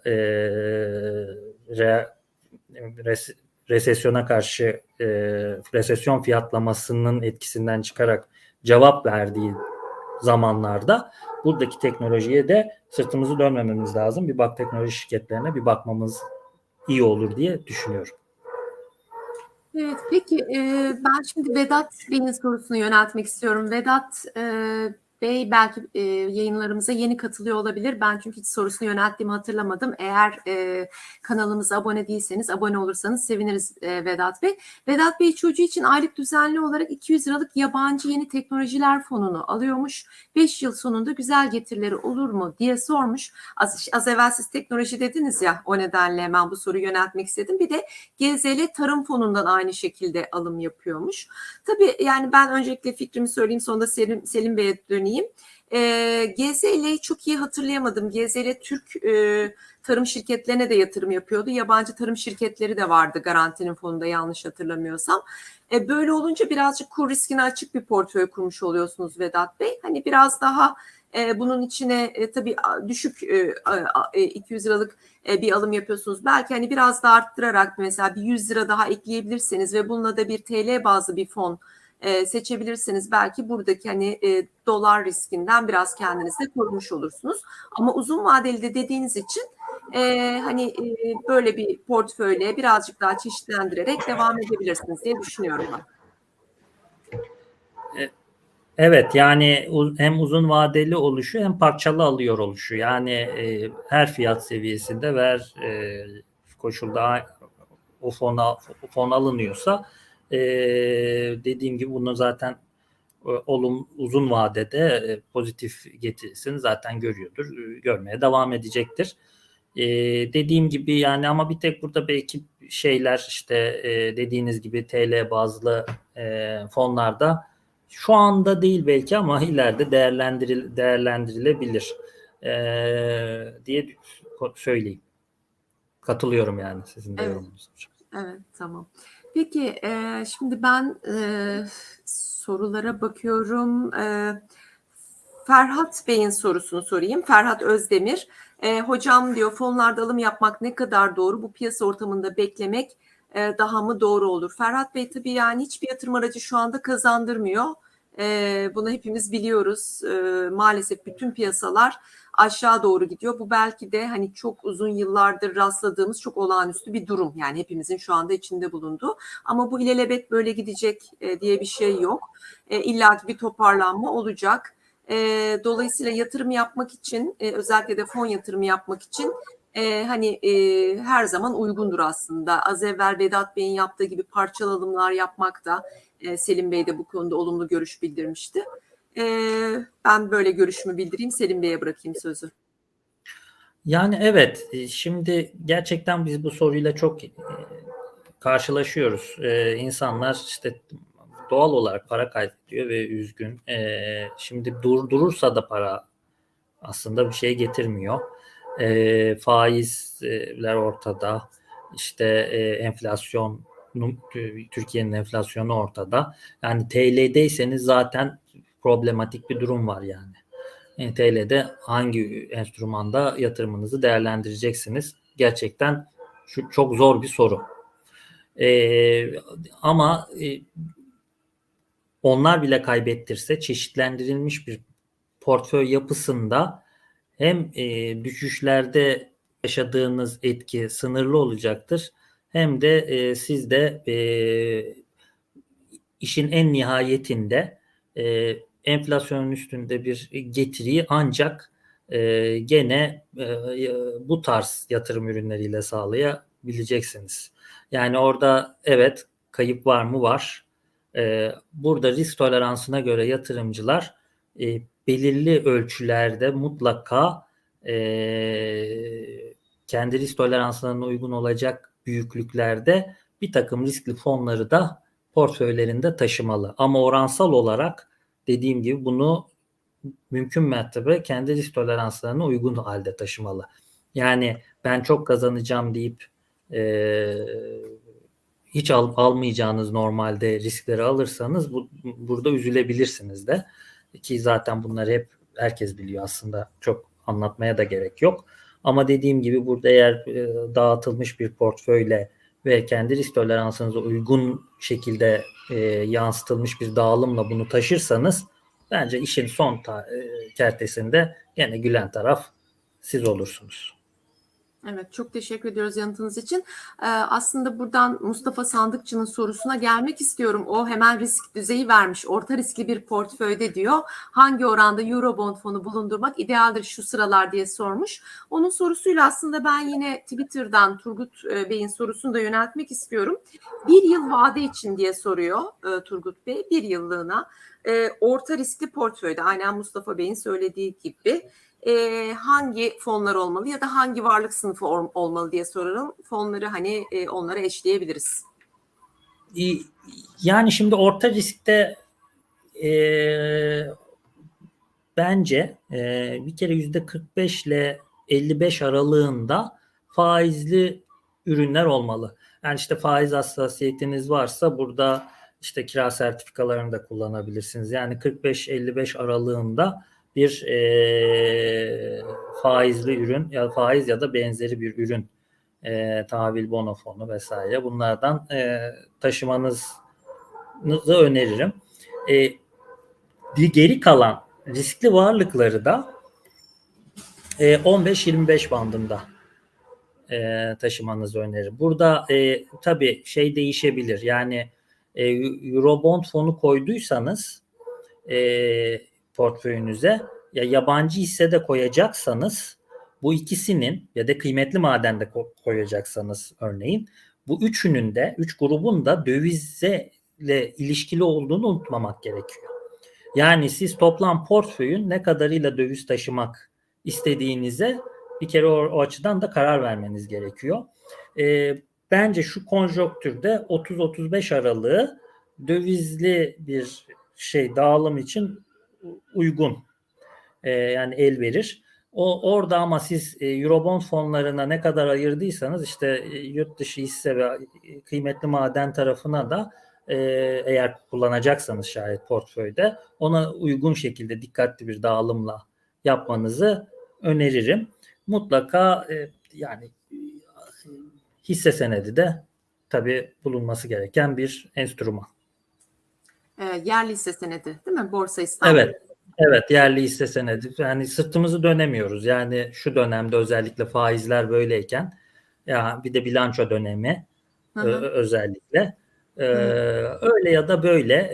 resesyona karşı resesyon fiyatlamasının etkisinden çıkarak cevap verdiği zamanlarda buradaki teknolojiye de sırtımızı dönmememiz lazım. Bir bak teknoloji şirketlerine bir bakmamız iyi olur diye düşünüyorum. Evet, peki ben şimdi Vedat Bey'in sorusunu yöneltmek istiyorum. Vedat Bey belki yayınlarımıza yeni katılıyor olabilir. Ben çünkü hiç sorusunu yönelttiğimi hatırlamadım. Eğer kanalımıza abone değilseniz abone olursanız seviniriz Vedat Bey. Vedat Bey çocuğu için aylık düzenli olarak 200 liralık yabancı yeni teknolojiler fonunu alıyormuş. 5 yıl sonunda güzel getirileri olur mu diye sormuş. Az evvel siz teknoloji dediniz ya, o nedenle hemen bu soruyu yöneltmek istedim. Bir de GZL Tarım Fonu'ndan aynı şekilde alım yapıyormuş. Tabii yani ben öncelikle fikrimi söyleyeyim, sonra da Selim Bey'e döneyim. GZL'yi çok iyi hatırlayamadım. GZL Türk tarım şirketlerine de yatırım yapıyordu. Yabancı tarım şirketleri de vardı garantinin fonunda yanlış hatırlamıyorsam. Böyle olunca birazcık kur riskine açık bir portföy kurmuş oluyorsunuz Vedat Bey. Hani biraz daha bunun içine tabii düşük 200 liralık bir alım yapıyorsunuz. Belki hani biraz da arttırarak mesela bir 100 lira daha ekleyebilirseniz ve bununla da bir TL bazlı bir fon seçebilirsiniz. Belki buradaki hani dolar riskinden biraz kendinizi korumuş olursunuz. Ama uzun vadeli de dediğiniz için hani böyle bir portföyle birazcık daha çeşitlendirerek devam edebilirsiniz diye düşünüyorum ben. Evet, yani hem uzun vadeli oluşu hem parçalı alıyor oluşu. Yani her fiyat seviyesinde ve her koşulda o fon alınıyorsa dediğim gibi bunu zaten uzun vadede pozitif getirisini zaten görüyordur. Görmeye devam edecektir. Dediğim gibi yani ama bir tek burada belki şeyler işte dediğiniz gibi TL bazlı fonlarda şu anda değil belki ama ileride değerlendirilebilir diye söyleyeyim. Katılıyorum yani sizin de Evet. yorumunuza. Evet, tamam. Peki, şimdi ben sorulara bakıyorum. Ferhat Bey'in sorusunu sorayım. Ferhat Özdemir. Hocam diyor fonlarda alım yapmak ne kadar doğru? Bu piyasa ortamında beklemek daha mı doğru olur? Ferhat Bey tabii yani hiçbir yatırım aracı şu anda kazandırmıyor. Bunu hepimiz biliyoruz. Maalesef bütün piyasalar aşağı doğru gidiyor. Bu belki de hani çok uzun yıllardır rastladığımız çok olağanüstü bir durum. Yani hepimizin şu anda içinde bulunduğu. Ama bu ilelebet böyle gidecek diye bir şey yok. İlla ki bir toparlanma olacak. Dolayısıyla yatırım yapmak için özellikle de fon yatırımı yapmak için hani her zaman uygundur aslında. Az evvel Vedat Bey'in yaptığı gibi parçalı alımlar yapmak da Selim Bey de bu konuda olumlu görüş bildirmişti. Ben böyle görüşümü bildireyim, Selim Bey'e bırakayım sözü. Yani evet, şimdi gerçekten biz bu soruyla çok karşılaşıyoruz. İnsanlar işte doğal olarak para kaybediyor ve üzgün. Şimdi durursa da para aslında bir şey getirmiyor. Faizler ortada. İşte enflasyon, Türkiye'nin enflasyonu ortada. Yani TL'deyseniz zaten problematik bir durum var yani. TL'de hangi enstrümanda yatırımınızı değerlendireceksiniz? Gerçekten çok zor bir soru. Ama onlar bile kaybettirse çeşitlendirilmiş bir portföy yapısında hem düşüşlerde yaşadığınız etki sınırlı olacaktır hem de siz de işin en nihayetinde enflasyonun üstünde bir getiriyi ancak gene bu tarz yatırım ürünleriyle sağlayabileceksiniz. Yani orada evet kayıp var mı? Var. Burada risk toleransına göre yatırımcılar belirli ölçülerde mutlaka e, kendi risk toleranslarına uygun olacak büyüklüklerde bir takım riskli fonları da portföylerinde taşımalı. Ama oransal olarak dediğim gibi bunu mümkün mertebe kendi risk toleranslarına uygun halde taşımalı. Yani ben çok kazanacağım deyip e, hiç almayacağınız normalde riskleri alırsanız burada üzülebilirsiniz de. Ki zaten bunları hep herkes biliyor aslında. Çok anlatmaya da gerek yok. Ama dediğim gibi burada eğer dağıtılmış bir portföyle ve kendi risk toleransınıza uygun şekilde yansıtılmış bir dağılımla bunu taşırsanız bence işin son kertesinde gene gülen taraf siz olursunuz. Evet, çok teşekkür ediyoruz yanıtınız için. Aslında buradan Mustafa Sandıkçı'nın sorusuna gelmek istiyorum. O hemen risk düzeyi vermiş. Orta riskli bir portföyde diyor. Hangi oranda Eurobond fonu bulundurmak idealdir şu sıralar diye sormuş. Onun sorusuyla aslında ben yine Twitter'dan Turgut Bey'in sorusunu da yöneltmek istiyorum. Bir yıl vade için diye soruyor Turgut Bey. Bir yıllığına orta riskli portföyde aynen Mustafa Bey'in söylediği gibi hangi fonlar olmalı ya da hangi varlık sınıfı olmalı diye sorarım. Fonları hani onlara eşleyebiliriz. Yani şimdi orta riskte e, bence bir kere %45 ile 55 aralığında faizli ürünler olmalı. Yani işte faiz hassasiyetiniz varsa burada işte kira sertifikalarını da kullanabilirsiniz. Yani 45-55 aralığında bir faizli ürün ya faiz ya da benzeri bir ürün tahvil bono fonu vesaire bunlardan taşımanızı öneririm. Geri kalan riskli varlıkları da 15-25 bandında taşımanızı öneririm. Burada tabii şey değişebilir. Yani Eurobond fonu koyduysanız portföyünüze, ya yabancı hisse de koyacaksanız, bu ikisinin ya da kıymetli maden de koyacaksanız örneğin, bu üçünün de, üç grubun da dövizle ilişkili olduğunu unutmamak gerekiyor. Yani siz toplam portföyün ne kadarıyla döviz taşımak istediğinize bir kere o açıdan da karar vermeniz gerekiyor. Bence şu konjonktürde 30-35 aralığı dövizli bir dağılım için uygun. Yani el verir. Orada ama siz Eurobond fonlarına ne kadar ayırdıysanız işte yurt dışı hisse ve kıymetli maden tarafına da eğer kullanacaksanız şayet portföyde, ona uygun şekilde dikkatli bir dağılımla yapmanızı öneririm. Mutlaka yani hisse senedi de tabii bulunması gereken bir enstrüman. Yerli hisse senedi değil mi? Borsa İstanbul. Evet, yerli hisse senedi. Yani sırtımızı dönemiyoruz. Yani şu dönemde özellikle faizler böyleyken, ya bir de bilanço dönemi özellikle öyle ya da böyle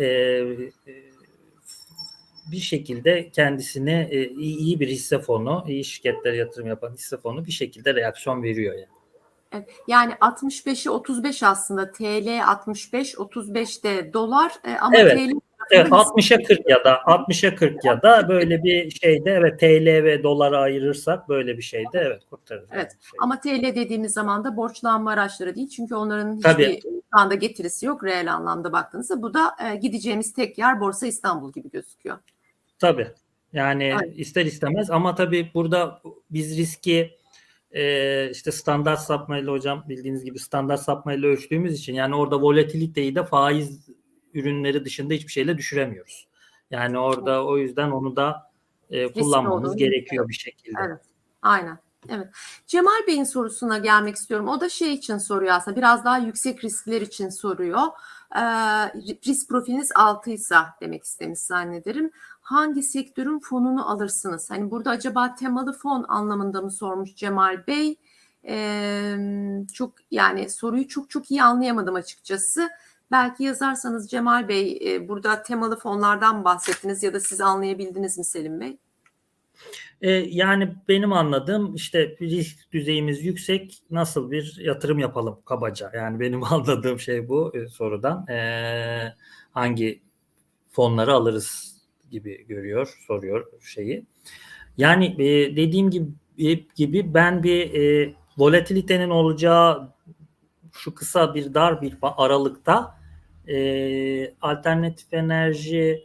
bir şekilde kendisine iyi bir hisse fonu, iyi şirketlere yatırım yapan hisse fonu bir şekilde reaksiyon veriyor yani. Evet, yani 65'i 35 aslında, TL 65, 35'te dolar ama evet. TL Evet, 60'a 40 ya da böyle bir şeyde, evet, TL ve dolara ayırırsak böyle bir şeyde evet kurtarır. Evet. Yani ama TL dediğimiz zaman da borçlanma araçları değil. Çünkü onların hiçbir şu anda getirisi yok reel anlamda baktığınızda. Bu da gideceğimiz tek yer Borsa İstanbul gibi gözüküyor. Tabii. Yani ister istemez, ama tabii burada biz riski işte standart sapmayla, hocam bildiğiniz gibi standart sapmayla ölçtüğümüz için, yani orada volatiliteyi de faiz ürünleri dışında hiçbir şeyle düşüremiyoruz. Yani orada o yüzden onu da kullanmamız gerekiyor bir şekilde. Evet. Aynen. Evet. Cemal Bey'in sorusuna gelmek istiyorum. O da şey için soruyor aslında. Biraz daha yüksek riskler için soruyor. Risk profiliniz 6'ysa demek istemiş zannederim. Hangi sektörün fonunu alırsınız? Hani burada acaba temalı fon anlamında mı sormuş Cemal Bey? Çok yani soruyu çok iyi anlayamadım açıkçası. Belki yazarsanız Cemal Bey, burada temalı fonlardan bahsettiniz ya da siz anlayabildiniz mi Selim Bey? Yani benim anladığım, işte risk düzeyimiz yüksek, nasıl bir yatırım yapalım kabaca. Yani benim anladığım şey bu sorudan. Hangi fonları alırız gibi soruyor şeyi. Yani dediğim gibi ben bir volatilitenin olacağı şu kısa bir dar bir aralıkta alternatif enerji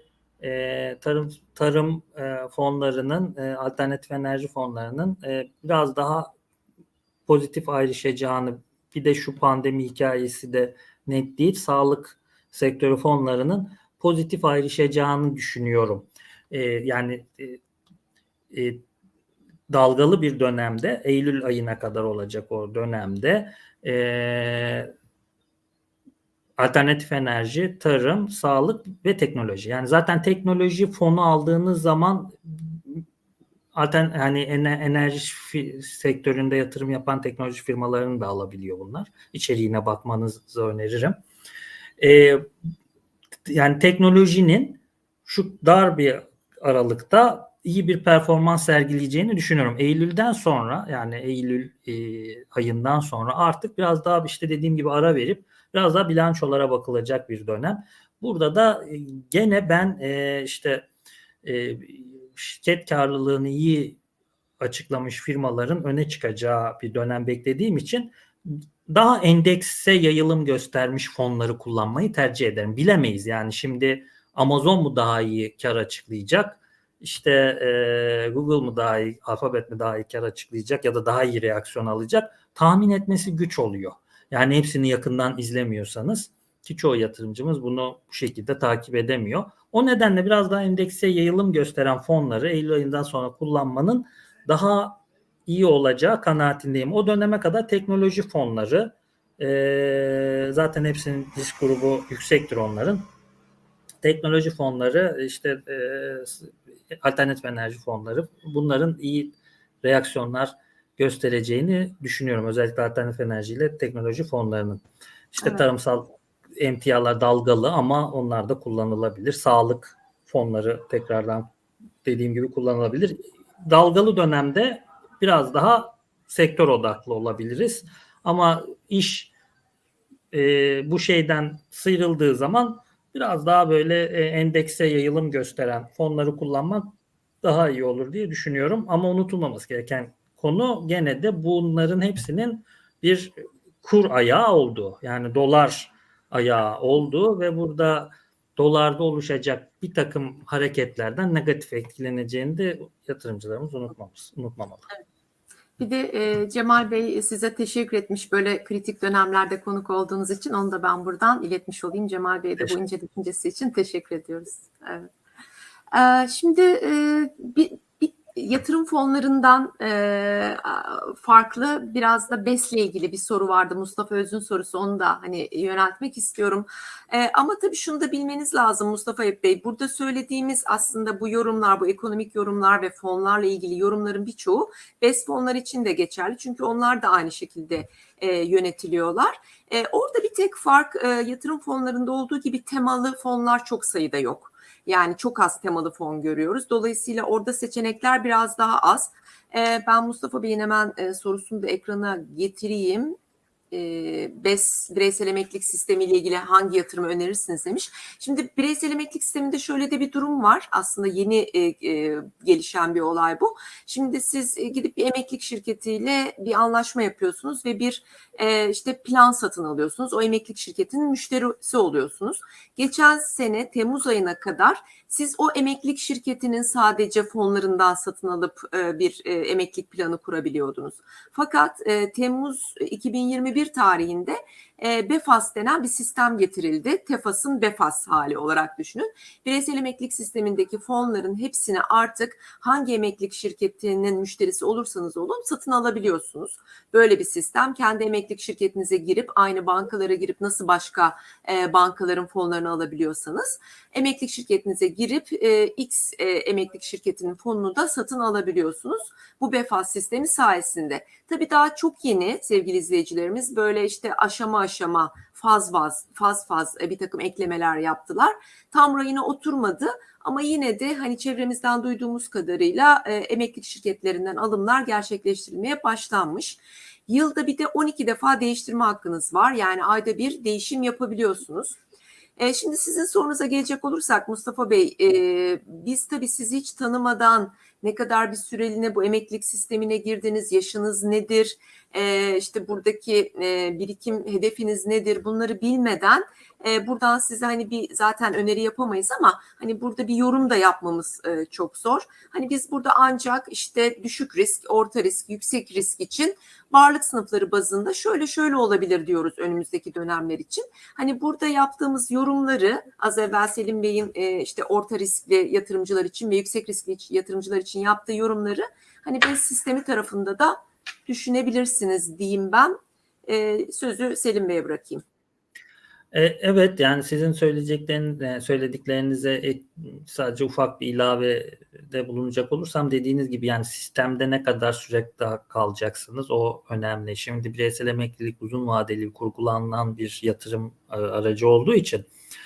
tarım fonlarının, alternatif enerji fonlarının biraz daha pozitif ayrışacağını, bir de şu pandemi hikayesi de net değil, sağlık sektörü fonlarının pozitif ayrışacağını düşünüyorum. Yani dalgalı bir dönemde, Eylül ayına kadar olacak o dönemde alternatif enerji, tarım, sağlık ve teknoloji. Yani zaten teknoloji fonu aldığınız zaman hani enerji sektöründe yatırım yapan teknoloji firmalarını da alabiliyor bunlar. İçeriğine bakmanızı öneririm. Yani teknolojinin şu dar bir aralıkta iyi bir performans sergileyeceğini düşünüyorum. Eylül'den sonra, yani Eylül ayından sonra artık biraz daha işte dediğim gibi ara verip biraz daha bilançolara bakılacak bir dönem. Burada da gene ben işte şirket karlılığını iyi açıklamış firmaların öne çıkacağı bir dönem beklediğim için daha endekse yayılım göstermiş fonları kullanmayı tercih ederim. Bilemeyiz yani, şimdi Amazon mu daha iyi kar açıklayacak? İşte Google mu daha iyi, Alphabet mi daha iyi kar açıklayacak ya da daha iyi reaksiyon alacak? Tahmin etmesi güç oluyor. Yani hepsini yakından izlemiyorsanız, ki çoğu yatırımcımız bunu bu şekilde takip edemiyor. O nedenle biraz daha endekse yayılım gösteren fonları Eylül ayından sonra kullanmanın daha iyi olacağı kanaatindeyim. O döneme kadar teknoloji fonları, zaten hepsinin risk grubu yüksektir onların. teknoloji fonları, işte alternatif enerji fonları, bunların iyi reaksiyonlar göstereceğini düşünüyorum. Özellikle alternatif enerjiyle teknoloji fonlarının. İşte Evet. tarımsal emtialar dalgalı ama onlar da kullanılabilir. Sağlık fonları tekrardan dediğim gibi kullanılabilir. Dalgalı dönemde biraz daha sektör odaklı olabiliriz. Ama iş bu şeyden sıyrıldığı zaman biraz daha böyle endekse yayılım gösteren fonları kullanmak daha iyi olur diye düşünüyorum. Ama unutulmaması gereken konu gene de bunların hepsinin bir kur ayağı olduğu, yani dolar ayağı olduğu ve burada dolarda oluşacak bir takım hareketlerden negatif etkileneceğini de yatırımcılarımız unutmamalı. Bir de Cemal Bey size teşekkür etmiş böyle kritik dönemlerde konuk olduğunuz için. Onu da ben buradan iletmiş olayım. Cemal Bey'e de bu ince düşüncesi için teşekkür ediyoruz. Evet. Şimdi bir yatırım fonlarından farklı biraz da BES'le ilgili bir soru vardı. Mustafa Öz'ün sorusu, onu da hani yöneltmek istiyorum. Ama tabii şunu da bilmeniz lazım Mustafa Bey. Burada söylediğimiz aslında bu yorumlar, bu ekonomik yorumlar ve fonlarla ilgili yorumların birçoğu BES fonlar için de geçerli. Çünkü onlar da aynı şekilde yönetiliyorlar. Orada bir tek fark yatırım fonlarında olduğu gibi temalı fonlar çok sayıda yok. Yani çok az temalı fon görüyoruz. Dolayısıyla orada seçenekler biraz daha az. Ben Mustafa Bey'in hemen sorusunu da ekrana getireyim. BES bireysel emeklilik sistemi ile ilgili hangi yatırımı önerirsiniz demiş. Şimdi bireysel emeklilik sisteminde şöyle de bir durum var. Aslında yeni gelişen bir olay bu. Şimdi siz gidip bir emeklilik şirketiyle bir anlaşma yapıyorsunuz ve bir işte plan satın alıyorsunuz. O emeklilik şirketinin müşterisi oluyorsunuz. Geçen sene Temmuz ayına kadar siz o emeklilik şirketinin sadece fonlarından satın alıp bir emeklilik planı kurabiliyordunuz. Fakat Temmuz 2021 tarihinde BEFAS denen bir sistem getirildi. TEFAS'ın BEFAS hali olarak düşünün. Bireysel emeklilik sistemindeki fonların hepsini artık hangi emeklilik şirketinin müşterisi olursanız olun satın alabiliyorsunuz. Böyle bir sistem. Kendi emeklilik şirketinize girip aynı bankalara girip nasıl başka bankaların fonlarını alabiliyorsanız emeklilik şirketinize girip X emeklilik şirketinin fonunu da satın alabiliyorsunuz. Bu BEFAS sistemi sayesinde. Tabii daha çok yeni sevgili izleyicilerimiz böyle işte aşama aşama faz bir takım eklemeler yaptılar. Tam rayına oturmadı ama yine de hani çevremizden duyduğumuz kadarıyla emeklilik şirketlerinden alımlar gerçekleştirilmeye başlanmış. Yılda bir de 12 defa değiştirme hakkınız var. Yani ayda bir değişim yapabiliyorsunuz. Şimdi sizin sorunuza gelecek olursak Mustafa Bey, biz tabii sizi hiç tanımadan ne kadar bir süreliğine bu emeklilik sistemine girdiniz, yaşınız nedir, işte buradaki birikim hedefiniz nedir, bunları bilmeden buradan size hani bir zaten öneri yapamayız ama hani burada bir yorum da yapmamız çok zor. Hani biz burada ancak işte düşük risk, orta risk, yüksek risk için varlık sınıfları bazında şöyle olabilir diyoruz önümüzdeki dönemler için. Hani burada yaptığımız yorumları az evvel Selim Bey'in işte orta riskli yatırımcılar için ve yüksek riskli yatırımcılar için yaptığı yorumları hani BES sistemi tarafında da düşünebilirsiniz diyeyim ben. Sözü Selim Bey'e bırakayım. Evet, yani sizin söylediklerinize sadece ufak bir ilavede bulunacak olursam, dediğiniz gibi yani sistemde ne kadar süre daha kalacaksınız o önemli. Şimdi bireysel emeklilik uzun vadeli kurgulanan bir yatırım aracı olduğu için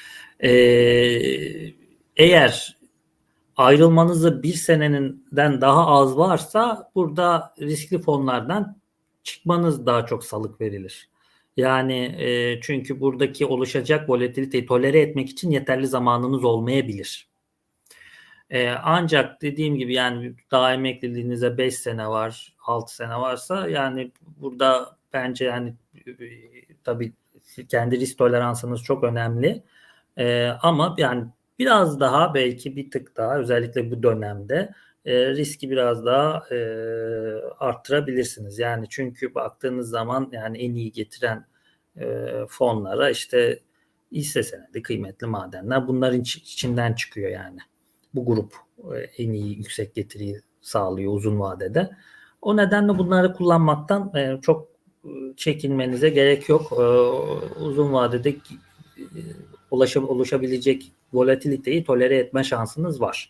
eğer ayrılmanızı bir seneden daha az varsa burada riskli fonlardan çıkmanız daha çok salık verilir. Yani çünkü buradaki oluşacak volatiliteyi tolere etmek için yeterli zamanınız olmayabilir. Ancak dediğim gibi yani daha emekliliğinize 5 sene var, 6 sene varsa yani burada bence yani tabii kendi risk toleransınız çok önemli. Ama yani biraz daha belki bir tık daha özellikle bu dönemde riski biraz daha arttırabilirsiniz. Yani çünkü baktığınız zaman yani en iyi getiren fonlara işte hisse senedi, kıymetli madenler bunların içinden çıkıyor yani. Bu grup en iyi yüksek getiriyi sağlıyor uzun vadede. O nedenle bunları kullanmaktan çok çekinmenize gerek yok. Uzun vadede oluşabilecek volatiliteyi tolere etme şansınız var.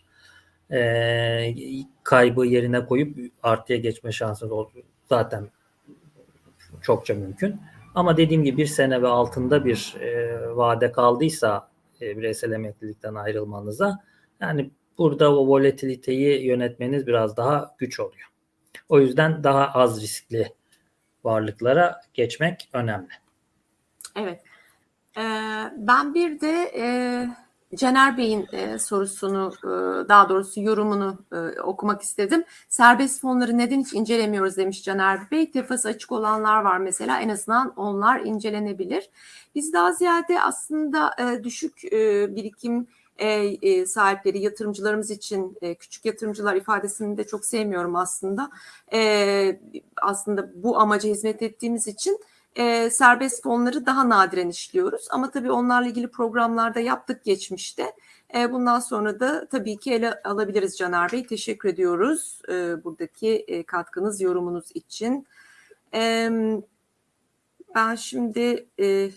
Kaybı yerine koyup artıya geçme şansınız zaten çokça mümkün. Ama dediğim gibi 1 sene ve altında bir vade kaldıysa bireysel emeklilikten ayrılmanıza, yani burada o volatiliteyi yönetmeniz biraz daha güç oluyor. O yüzden daha az riskli varlıklara geçmek önemli. Evet. Ben bir de Caner Bey'in sorusunu, daha doğrusu yorumunu okumak istedim. Serbest fonları neden hiç incelemiyoruz demiş Caner Bey. Tefası açık olanlar var mesela, en azından onlar incelenebilir. Biz daha ziyade aslında düşük birikim sahipleri, yatırımcılarımız için, küçük yatırımcılar ifadesini de çok sevmiyorum aslında. Aslında bu amaca hizmet ettiğimiz için serbest fonları daha nadiren işliyoruz. Ama tabii onlarla ilgili programlarda yaptık geçmişte. Bundan sonra da tabii ki ele alabiliriz Caner Bey. Teşekkür ediyoruz buradaki katkınız, yorumunuz için. Ben şimdi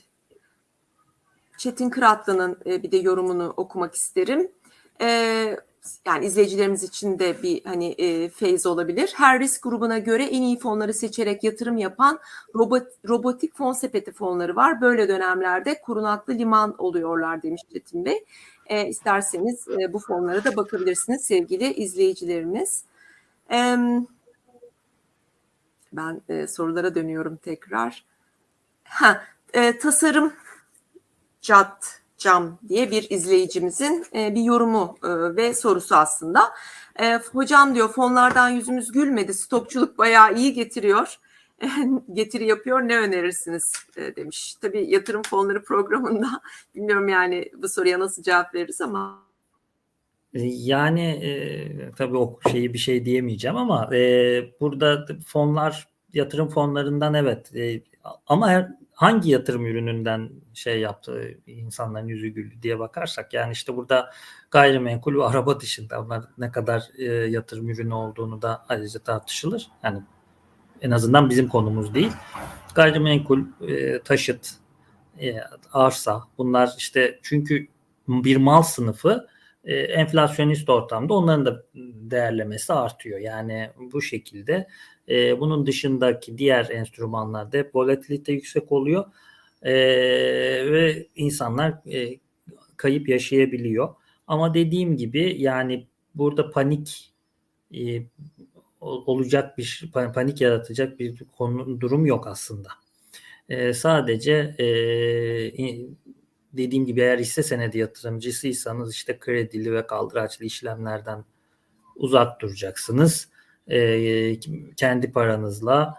Çetin Kıratlı'nın bir de yorumunu okumak isterim. Yani izleyicilerimiz için de bir feyz olabilir. Her risk grubuna göre en iyi fonları seçerek yatırım yapan robotik fon sepeti fonları var. Böyle dönemlerde korunaklı liman oluyorlar demiş Çetin Bey. İsterseniz bu fonlara da bakabilirsiniz sevgili izleyicilerimiz. Ben sorulara dönüyorum tekrar. Tasarım Cam diye bir izleyicimizin bir yorumu ve sorusu aslında. Hocam diyor, fonlardan yüzümüz gülmedi. Stokçuluk bayağı iyi getiriyor. Getiri yapıyor. Ne önerirsiniz demiş. Tabii yatırım fonları programında bilmiyorum yani bu soruya nasıl cevap veririz ama. Yani tabii o şeyi bir şey diyemeyeceğim ama burada fonlar, yatırım fonlarından evet, ama hangi yatırım ürününden şey yaptı, insanların yüzü güldü diye bakarsak, yani işte burada gayrimenkul ve araba dışında onlar ne kadar yatırım ürünü olduğunu da ayrıca tartışılır. Yani en azından bizim konumuz değil. Gayrimenkul, taşıt, arsa, bunlar işte, çünkü bir mal sınıfı enflasyonist ortamda onların da değerlemesi artıyor. Yani bu şekilde bunun dışındaki diğer enstrümanlarda hep volatilite yüksek oluyor ve insanlar kayıp yaşayabiliyor. Ama dediğim gibi yani burada panik olacak bir panik yaratacak bir durum yok aslında. Sadece dediğim gibi eğer hisse senedi yatırımcısıysanız işte kredili ve kaldıraçlı işlemlerden uzak duracaksınız. Kendi paranızla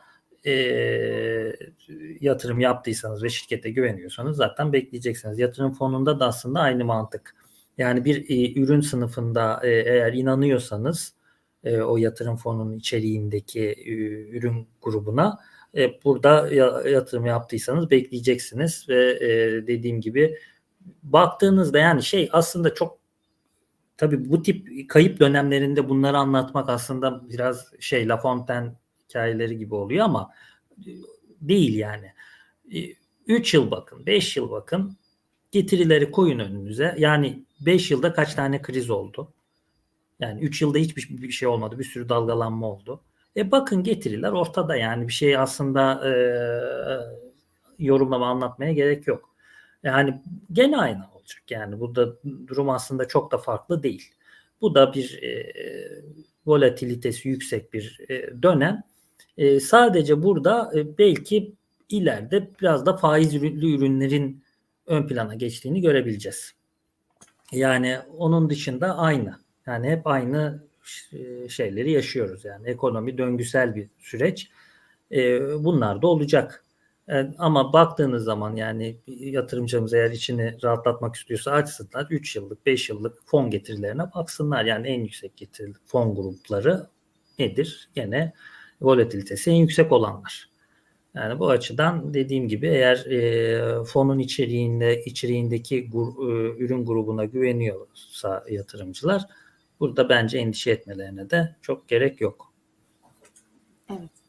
yatırım yaptıysanız ve şirkete güveniyorsanız zaten bekleyeceksiniz. Yatırım fonunda da aslında aynı mantık. Yani bir ürün sınıfında eğer inanıyorsanız o yatırım fonunun içeriğindeki ürün grubuna, burada yatırım yaptıysanız bekleyeceksiniz ve dediğim gibi baktığınızda yani aslında çok, tabii bu tip kayıp dönemlerinde bunları anlatmak aslında biraz La Fontaine hikayeleri gibi oluyor ama değil yani. 3 yıl bakın, 5 yıl bakın, getirileri koyun önünüze. Yani 5 yılda kaç tane kriz oldu? Yani 3 yılda hiçbir şey olmadı. Bir sürü dalgalanma oldu. Bakın getiriler ortada, yani bir şey aslında yorumlama, anlatmaya gerek yok. Yani gene aynı olacak. Yani burada durum aslında çok da farklı değil. Bu da bir volatilitesi yüksek bir dönem. Sadece burada belki ileride biraz da faizli ürünlerin ön plana geçtiğini görebileceğiz. Yani onun dışında aynı. Yani hep aynı şeyleri yaşıyoruz. Yani ekonomi döngüsel bir süreç. Bunlar da olacak. Ama baktığınız zaman yani yatırımcımız eğer içini rahatlatmak istiyorsa açsınlar. 3 yıllık, 5 yıllık fon getirilerine baksınlar. Yani en yüksek getirili fon grupları nedir? Gene volatilitesi en yüksek olanlar. Yani bu açıdan dediğim gibi eğer fonun içeriğindeki ürün grubuna güveniyorsa yatırımcılar, burada bence endişe etmelerine de çok gerek yok. Evet.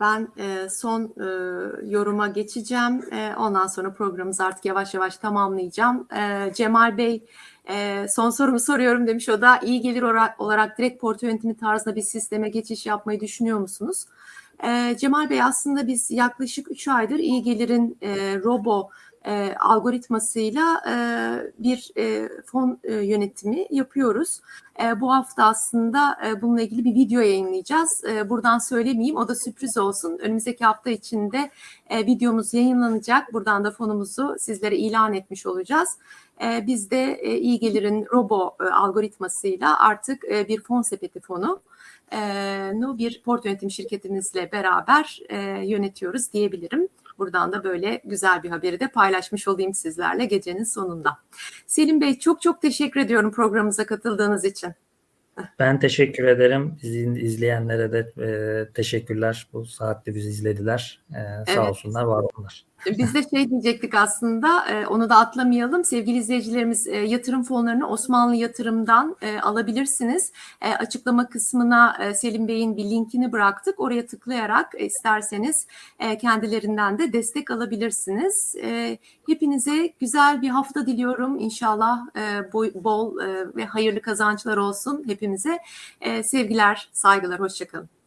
Ben son yoruma geçeceğim. Ondan sonra programımızı artık yavaş yavaş tamamlayacağım. Cemal Bey, son sorumu soruyorum demiş. O da iyi gelir olarak direkt portföy yönetimi tarzında bir sisteme geçiş yapmayı düşünüyor musunuz? Cemal Bey, aslında biz yaklaşık 3 aydır iyi gelirin robo algoritmasıyla bir fon yönetimi yapıyoruz. Bu hafta aslında bununla ilgili bir video yayınlayacağız. Buradan söylemeyeyim, o da sürpriz olsun. Önümüzdeki hafta içinde videomuz yayınlanacak. Buradan da fonumuzu sizlere ilan etmiş olacağız. Biz de iyi gelirin robo algoritmasıyla artık bir fon sepeti fonu bir portföy yönetim şirketimizle beraber yönetiyoruz diyebilirim. Buradan da böyle güzel bir haberi de paylaşmış olayım sizlerle gecenin sonunda. Selim Bey, çok çok teşekkür ediyorum programımıza katıldığınız için. Ben teşekkür ederim. İzleyenlere de teşekkürler. Bu saatte bizi izlediler. Evet. Sağ olsunlar, var olsunlar. Biz de diyecektik aslında, onu da atlamayalım. Sevgili izleyicilerimiz, yatırım fonlarını Osmanlı Yatırım'dan alabilirsiniz. Açıklama kısmına Selim Bey'in bir linkini bıraktık. Oraya tıklayarak isterseniz kendilerinden de destek alabilirsiniz. Hepinize güzel bir hafta diliyorum. İnşallah bol ve hayırlı kazançlar olsun hepimize. Sevgiler, saygılar, hoşça kalın.